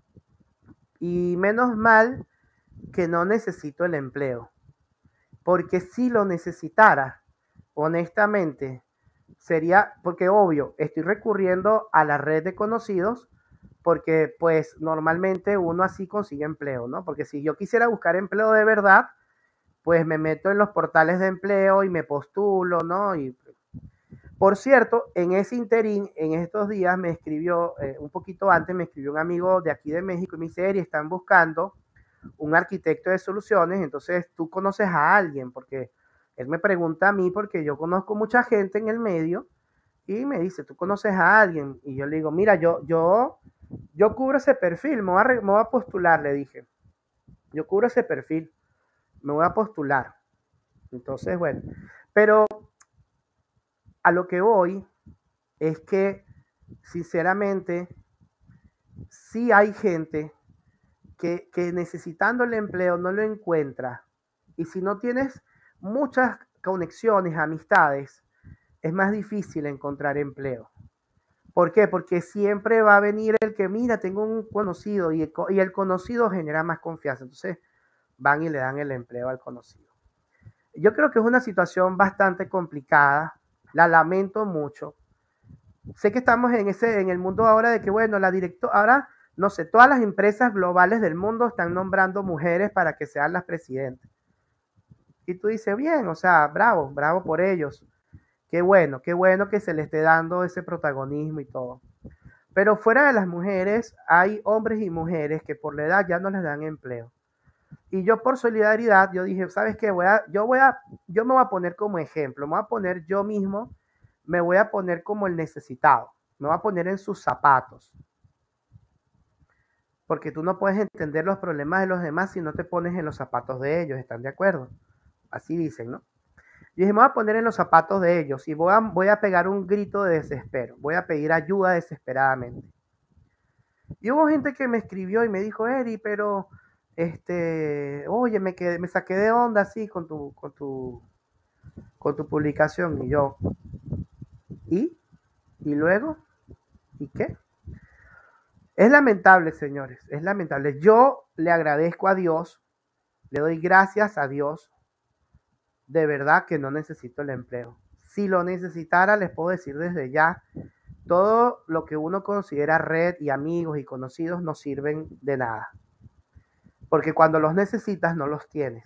Y menos mal que no necesito el empleo. Porque si lo necesitara, honestamente, sería, porque obvio, estoy recurriendo a la red de conocidos, porque pues normalmente uno así consigue empleo, ¿no? Porque si yo quisiera buscar empleo de verdad, pues me meto en los portales de empleo y me postulo, ¿no? Y por cierto, en ese interín, en estos días me escribió, un poquito antes me escribió un amigo de aquí de México y me dice, Eri, están buscando un arquitecto de soluciones, entonces tú conoces a alguien, porque él me pregunta a mí, porque yo conozco mucha gente en el medio, y me dice, ¿tú conoces a alguien? Y yo le digo, mira, yo cubro ese perfil, me voy a postular, le dije, yo cubro ese perfil, me voy a postular. Entonces, bueno, pero a lo que voy es que, sinceramente, sí hay gente que necesitando el empleo no lo encuentra. Y si no tienes muchas conexiones, amistades, es más difícil encontrar empleo. ¿Por qué? Porque siempre va a venir el que, mira, tengo un conocido y el conocido genera más confianza. Entonces van y le dan el empleo al conocido. Yo creo que es una situación bastante complicada. La lamento mucho. Sé que estamos en el mundo ahora de que, bueno, ahora, no sé, todas las empresas globales del mundo están nombrando mujeres para que sean las presidentes. Y tú dices, bien, o sea, bravo, bravo por ellos. Qué bueno que se le esté dando ese protagonismo y todo. Pero fuera de las mujeres, hay hombres y mujeres que por la edad ya no les dan empleo. Y yo por solidaridad, yo dije, ¿sabes qué? Yo me voy a poner como ejemplo, me voy a poner yo mismo, me voy a poner como el necesitado, me voy a poner en sus zapatos. Porque tú no puedes entender los problemas de los demás si no te pones en los zapatos de ellos, ¿están de acuerdo? Así dicen, ¿no? Yo dije, me voy a poner en los zapatos de ellos y voy a pegar un grito de desespero, voy a pedir ayuda desesperadamente. Y hubo gente que me escribió y me dijo, Eri, pero, oye, me saqué de onda así con tu publicación. Y yo, ¿y? ¿Y luego? ¿Y qué? Es lamentable, señores, es lamentable. Yo le agradezco a Dios, le doy gracias a Dios, de verdad que no necesito el empleo. Si lo necesitara, les puedo decir desde ya, todo lo que uno considera red y amigos y conocidos no sirven de nada. porque cuando los necesitas no los tienes.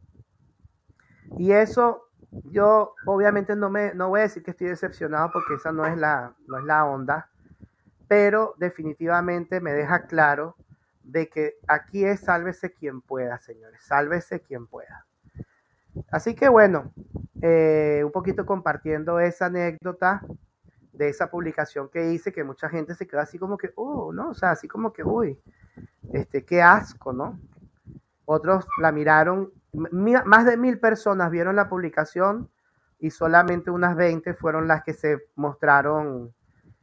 Y eso, yo obviamente no voy a decir que estoy decepcionado porque esa no es la onda, pero definitivamente me deja claro de que aquí es sálvese quien pueda, señores, sálvese quien pueda. Así que bueno, un poquito compartiendo esa anécdota de esa publicación que hice, que mucha gente se quedó así como que, ¿no? O sea, así como que, uy, qué asco, ¿no? Otros la miraron, más de 1000 personas vieron la publicación y solamente unas 20 fueron las que se mostraron,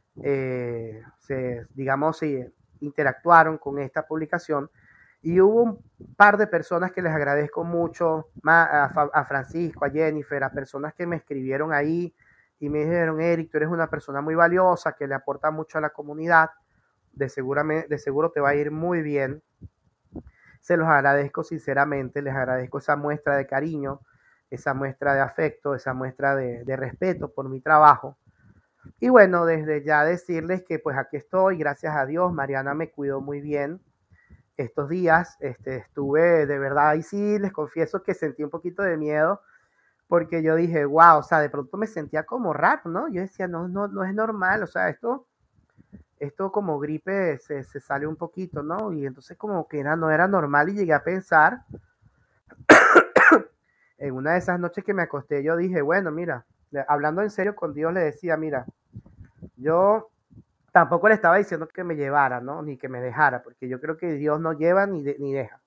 digamos, interactuaron con esta publicación. Y hubo un par de personas que les agradezco mucho, a Francisco, a Jennifer, a personas que me escribieron ahí y me dijeron, Eric, tú eres una persona muy valiosa, que le aporta mucho a la comunidad, de seguro te va a ir muy bien. Se los agradezco sinceramente, les agradezco esa muestra de cariño, esa muestra de afecto, esa muestra de respeto por mi trabajo. Y bueno, desde ya decirles que pues aquí estoy, gracias a Dios, Mariana me cuidó muy bien estos días, estuve de verdad, y sí les confieso que sentí un poquito de miedo, porque yo dije, wow, o sea, de pronto me sentía como raro, ¿no? Yo decía, no es normal, o sea, esto como gripe se sale un poquito, ¿no? Y entonces como que no era normal y llegué a pensar, en una de esas noches que me acosté, yo dije, bueno, mira, hablando en serio con Dios, le decía, mira, yo tampoco le estaba diciendo que me llevara, ¿no? Ni que me dejara, porque yo creo que Dios no lleva ni deja.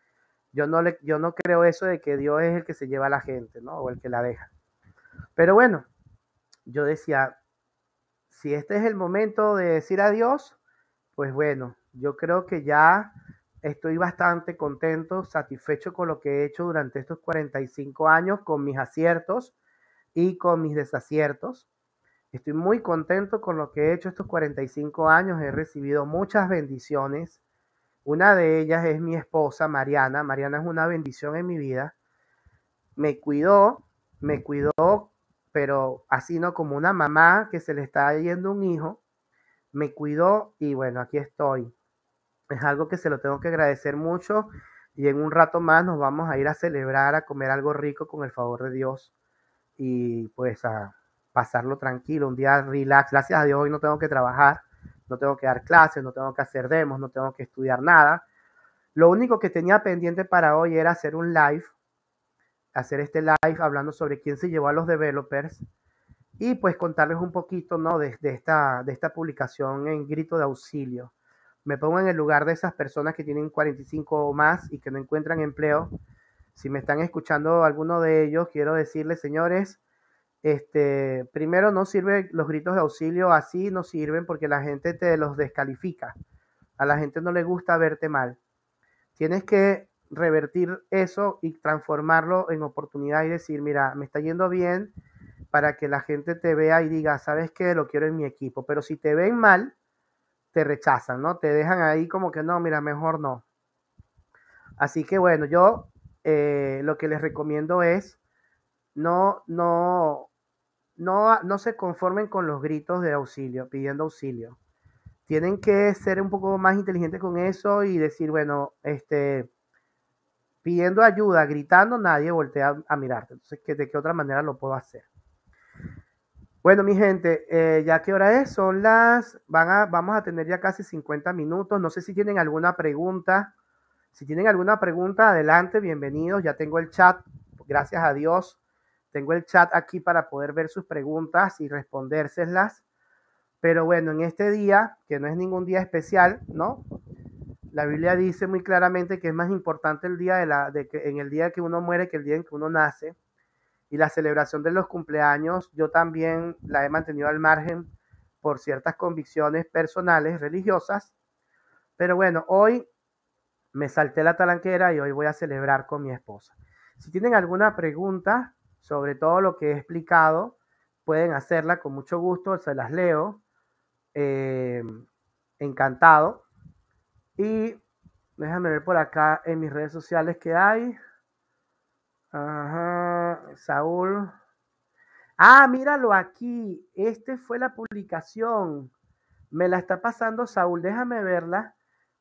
Yo no creo eso de que Dios es el que se lleva a la gente, ¿no? O el que la deja. Pero bueno, yo decía, si este es el momento de decir adiós, pues bueno, yo creo que ya estoy bastante contento, satisfecho con lo que he hecho durante estos 45 años, con mis aciertos y con mis desaciertos. Estoy muy contento con lo que he hecho estos 45 años, he recibido muchas bendiciones. Una de ellas es mi esposa, Mariana. Mariana es una bendición en mi vida. Me cuidó, me cuidó, pero así no como una mamá que se le está yendo un hijo. Me cuidó y bueno, aquí estoy. Es algo que se lo tengo que agradecer mucho y en un rato más nos vamos a ir a celebrar, a comer algo rico con el favor de Dios y pues a pasarlo tranquilo, un día relax. Gracias a Dios hoy no tengo que trabajar, no tengo que dar clases, no tengo que hacer demos, no tengo que estudiar nada. Lo único que tenía pendiente para hoy era hacer un live, hacer este live hablando sobre quién se llevó a los developers y pues contarles un poquito, ¿no? De esta publicación en grito de auxilio. Me pongo en el lugar de esas personas que tienen 45 o más y que no encuentran empleo. Si me están escuchando alguno de ellos, quiero decirles, señores, primero no sirven los gritos de auxilio, así no sirven porque la gente te los descalifica. A la gente no le gusta verte mal. Tienes que revertir eso y transformarlo en oportunidad y decir, mira, me está yendo bien para que la gente te vea y diga, ¿sabes qué? Lo quiero en mi equipo. Pero si te ven mal, te rechazan, ¿no? Te dejan ahí como que no, mira, mejor no. Así que bueno, yo lo que les recomiendo es no, no, no se conformen con los gritos de auxilio, pidiendo auxilio. Tienen que ser un poco más inteligentes con eso y decir, bueno, pidiendo ayuda, gritando, nadie voltea a mirarte. Entonces, ¿de qué otra manera lo puedo hacer? Bueno, mi gente, ya qué hora es, vamos a tener ya casi 50 minutos. No sé si tienen alguna pregunta. Si tienen alguna pregunta, adelante, bienvenidos. Ya tengo el chat, gracias a Dios. Tengo el chat aquí para poder ver sus preguntas y respondérselas. Pero bueno, en este día, que no es ningún día especial, ¿no? La Biblia dice muy claramente que es más importante el día en el día que uno muere que el día en que uno nace. Y la celebración de los cumpleaños, yo también la he mantenido al margen por ciertas convicciones personales, religiosas. Pero bueno, hoy me salté la talanquera y hoy voy a celebrar con mi esposa. Si tienen alguna pregunta sobre todo lo que he explicado, pueden hacerla con mucho gusto, se las leo. Eh, Encantado. Y déjame ver por acá en mis redes sociales que hay. Ajá, Saúl. Ah, míralo aquí. Este fue la publicación. Me la está pasando Saúl. Déjame verla.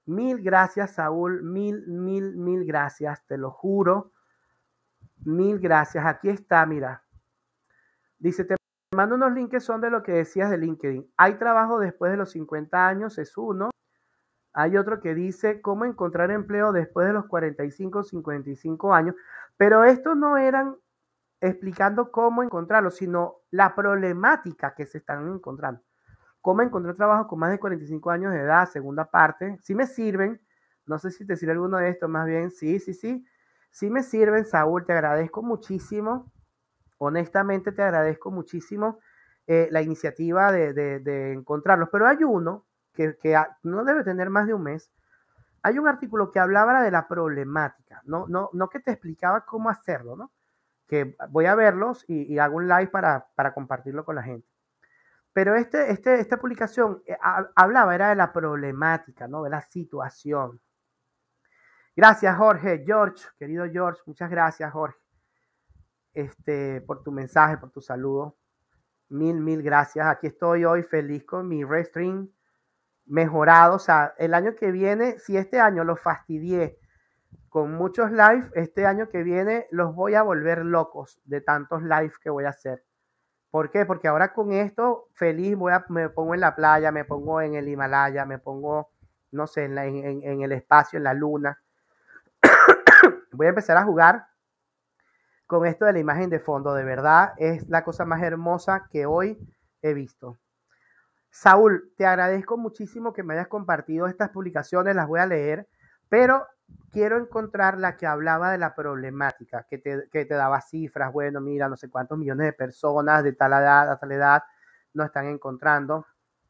Mil gracias, Saúl. Mil gracias. Te lo juro. Mil gracias. Aquí está, mira. Dice, te mando unos links que son de lo que decías de LinkedIn. Hay trabajo después de los 50 años, es uno. Hay otro que dice cómo encontrar empleo después de los 45, 55 años. Pero estos no eran explicando cómo encontrarlo, sino la problemática que se están encontrando. Cómo encontrar trabajo con más de 45 años de edad, segunda parte. Sí me sirven. No sé si te sirve alguno de estos, más bien. Sí, sí, sí. Sí me sirven, Saúl. Te agradezco muchísimo. Honestamente te agradezco muchísimo la iniciativa de encontrarlos. Pero hay uno que no debe tener más de un mes. Hay un artículo que hablaba de la problemática, no que te explicaba cómo hacerlo, ¿no? Que voy a verlos y hago un live para compartirlo con la gente. Pero esta publicación hablaba, era de la problemática, ¿no? De la situación. Gracias, Jorge, George, querido George, muchas gracias, Jorge, por tu mensaje, por tu saludo. Mil gracias. Aquí estoy hoy feliz con mi Restream mejorado. O sea, el año que viene, si este año lo fastidié con muchos live, este año que viene los voy a volver locos de tantos live que voy a hacer. ¿Por qué? Porque ahora con esto, feliz, me pongo en la playa, me pongo en el Himalaya, me pongo, no sé, en el espacio, en la luna. Voy a empezar a jugar con esto de la imagen de fondo. De verdad, es la cosa más hermosa que hoy he visto. Saúl, te agradezco muchísimo que me hayas compartido estas publicaciones, las voy a leer, pero quiero encontrar la que hablaba de la problemática, que te daba cifras, bueno, mira, no sé cuántos millones de personas de tal edad a tal edad no están encontrando.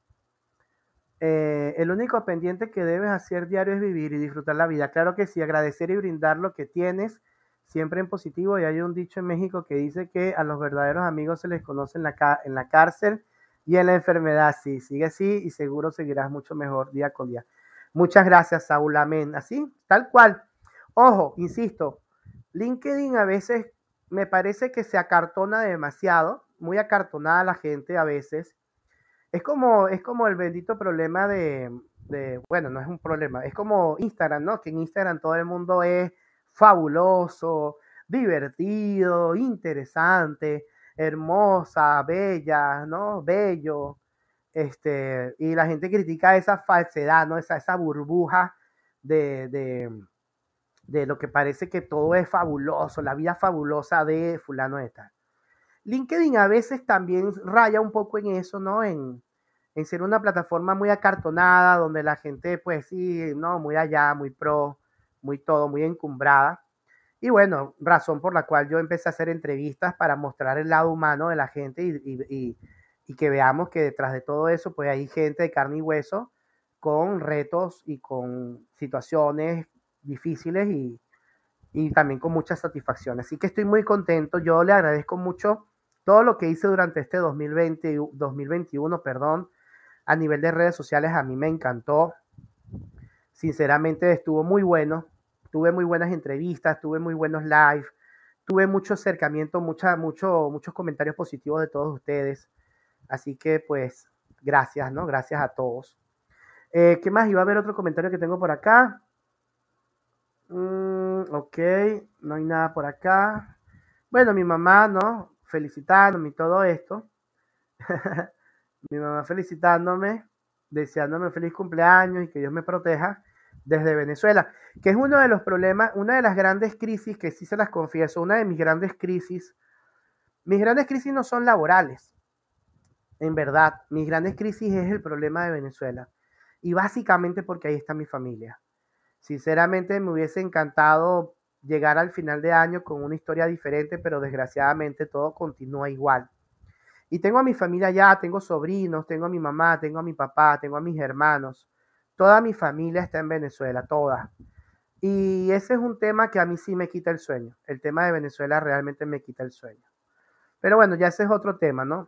El único pendiente que debes hacer diario es vivir y disfrutar la vida. Claro que sí, agradecer y brindar lo que tienes, siempre en positivo. Y hay un dicho en México que dice que a los verdaderos amigos se les conoce en la cárcel y en la enfermedad. Sí, sigue así y seguro seguirás mucho mejor día con día. Muchas gracias, Saúl. Amén. Así, tal cual. Ojo, insisto, LinkedIn a veces me parece que se acartona demasiado, muy acartonada la gente a veces. Es como el bendito problema bueno, no es un problema, es como Instagram, ¿no? Que en Instagram todo el mundo es fabuloso, divertido, interesante, hermosa, bella, ¿no? Bello. Y la gente critica esa falsedad, ¿no? Esa burbuja de, de, de lo que parece que todo es fabuloso, la vida fabulosa de fulano de tal. LinkedIn a veces también raya un poco en eso, ¿no? En ser una plataforma muy acartonada, donde la gente, pues sí, ¿no? Muy allá, muy pro, muy todo, muy encumbrada. Y bueno, razón por la cual yo empecé a hacer entrevistas para mostrar el lado humano de la gente y que veamos que detrás de todo eso, pues hay gente de carne y hueso con retos y con situaciones difíciles y también con mucha satisfacción. Así que estoy muy contento. Yo le agradezco mucho todo lo que hice durante este 2021, perdón, a nivel de redes sociales. A mí me encantó. Sinceramente estuvo muy bueno. Tuve muy buenas entrevistas, tuve muy buenos live, tuve mucho acercamiento, muchos comentarios positivos de todos ustedes. Así que pues gracias, ¿no? Gracias a todos. ¿Qué más? Iba a ver otro comentario que tengo por acá. Ok, no hay nada por acá. Bueno, mi mamá, ¿no? Felicitándome y todo esto. Mi mamá felicitándome, deseándome feliz cumpleaños y que Dios me proteja desde Venezuela, que es uno de los problemas, una de las grandes crisis, que sí se las confieso, una de mis grandes crisis no son laborales, en verdad, mis grandes crisis es el problema de Venezuela. Y básicamente porque ahí está mi familia. Sinceramente me hubiese encantado llegar al final de año con una historia diferente, pero desgraciadamente todo continúa igual. Y tengo a mi familia allá, tengo sobrinos, tengo a mi mamá, tengo a mi papá, tengo a mis hermanos. Toda mi familia está en Venezuela, toda. Y ese es un tema que a mí sí me quita el sueño. El tema de Venezuela realmente me quita el sueño. Pero bueno, ya ese es otro tema, ¿no?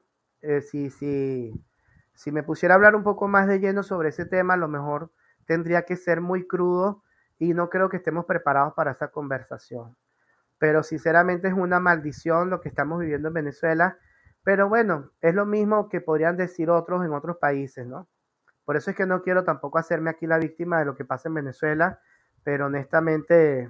Si me pusiera a hablar un poco más de lleno sobre ese tema, a lo mejor tendría que ser muy crudo y no creo que estemos preparados para esa conversación. Pero sinceramente es una maldición lo que estamos viviendo en Venezuela. Pero bueno, es lo mismo que podrían decir otros en otros países, ¿no? Por eso es que no quiero tampoco hacerme aquí la víctima de lo que pasa en Venezuela, pero honestamente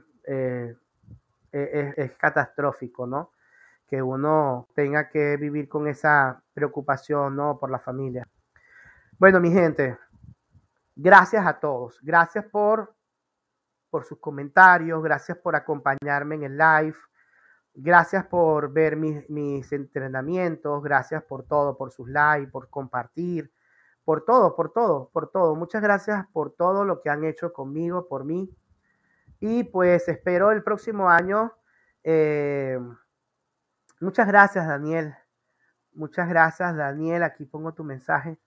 es catastrófico, ¿no? Que uno tenga que vivir con esa preocupación, ¿no? Por la familia. Bueno, mi gente, gracias a todos. Gracias por sus comentarios, gracias por acompañarme en el live, gracias por ver mis entrenamientos, gracias por todo, por sus likes, por compartir, por todo, por todo, por todo. Muchas gracias por todo lo que han hecho conmigo, por mí. Y pues espero el próximo año. eh, Muchas gracias, Daniel. Muchas gracias, Daniel. Aquí pongo tu mensaje.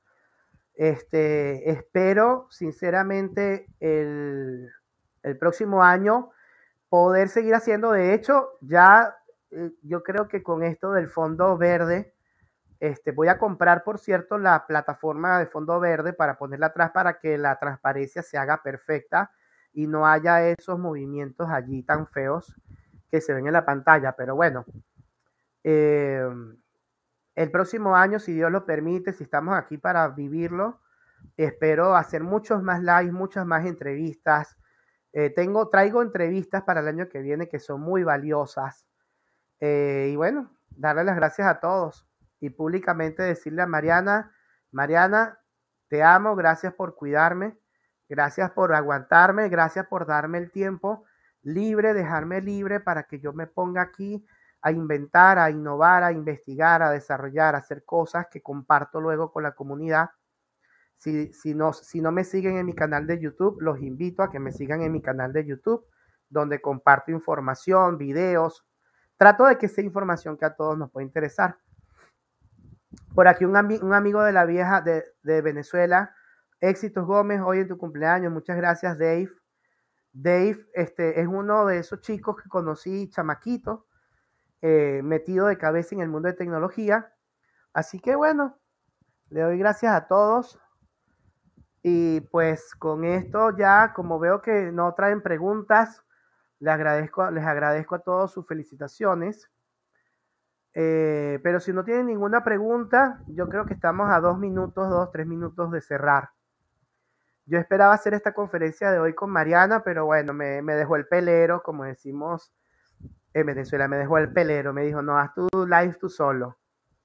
Espero sinceramente el próximo año poder seguir haciendo. De hecho, ya yo creo que con esto del fondo verde, voy a comprar, por cierto, la plataforma de fondo verde para ponerla atrás para que la transparencia se haga perfecta y no haya esos movimientos allí tan feos que se ven en la pantalla. Pero bueno, eh, el próximo año, si Dios lo permite, si estamos aquí para vivirlo, espero hacer muchos más lives, muchas más entrevistas. Traigo entrevistas para el año que viene que son muy valiosas. Y bueno, darle las gracias a todos y públicamente decirle a Mariana, Mariana, te amo, gracias por cuidarme, gracias por aguantarme, gracias por darme el tiempo libre, dejarme libre para que yo me ponga aquí a inventar, a innovar, a investigar, a desarrollar, a hacer cosas que comparto luego con la comunidad. Si no me siguen en mi canal de YouTube, los invito a que me sigan en mi canal de YouTube, donde comparto información, videos. Trato de que sea información que a todos nos puede interesar. Por aquí un amigo de la vieja de Venezuela, Éxitos Gómez, hoy en tu cumpleaños. Muchas gracias, Dave. Dave es uno de esos chicos que conocí chamaquito, metido de cabeza en el mundo de tecnología. Así que bueno, le doy gracias a todos. Y pues con esto ya, como veo que no traen preguntas, les agradezco a todos sus felicitaciones. Pero si no tienen ninguna pregunta, yo creo que estamos a 2 minutos, 3 minutos de cerrar. Yo esperaba hacer esta conferencia de hoy con Mariana, pero bueno, me dejó el pelero, como decimos en Venezuela, me dejó el pelero, me dijo, no, haz tu live tú solo.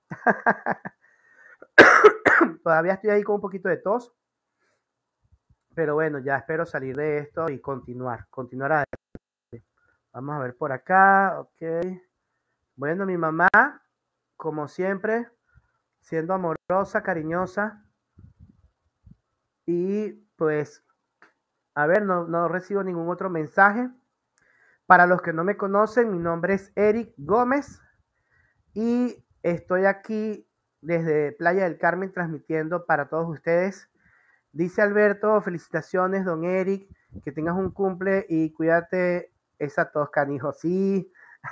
Todavía estoy ahí con un poquito de tos, pero bueno, ya espero salir de esto y continuar adelante. Vamos a ver por acá, ok. Bueno, mi mamá, como siempre, siendo amorosa, cariñosa. Y pues, a ver, no recibo ningún otro mensaje. Para los que no me conocen, mi nombre es Eric Gómez y estoy aquí desde Playa del Carmen transmitiendo para todos ustedes. Dice Alberto, felicitaciones, don Eric, que tengas un cumple y cuídate esa tos, canijo. Sí,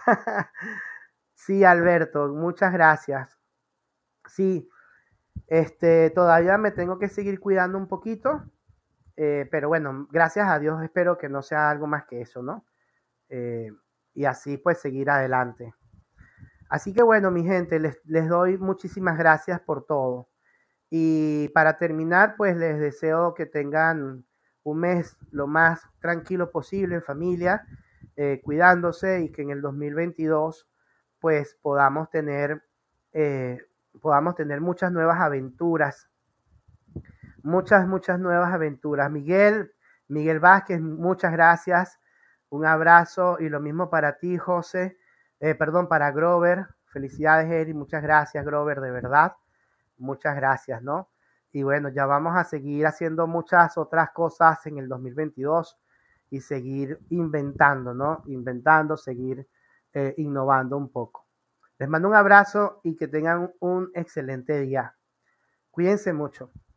sí, Alberto, muchas gracias. Sí, todavía me tengo que seguir cuidando un poquito, pero bueno, gracias a Dios espero que no sea algo más que eso, ¿no? Eh, y así pues seguir adelante. Así que bueno, mi gente, les doy muchísimas gracias por todo. Y para terminar, pues les deseo que tengan un mes lo más tranquilo posible en familia, cuidándose y que en el 2022 pues podamos tener muchas nuevas aventuras, muchas nuevas aventuras. Miguel Vázquez, muchas gracias, un abrazo y lo mismo para ti, José, perdón, para Grover. Felicidades, Eri, muchas gracias, Grover, de verdad. Muchas gracias, ¿no? Y bueno, ya vamos a seguir haciendo muchas otras cosas en el 2022 y seguir inventando, ¿no? Inventando, seguir innovando un poco. Les mando un abrazo y que tengan un excelente día. Cuídense mucho.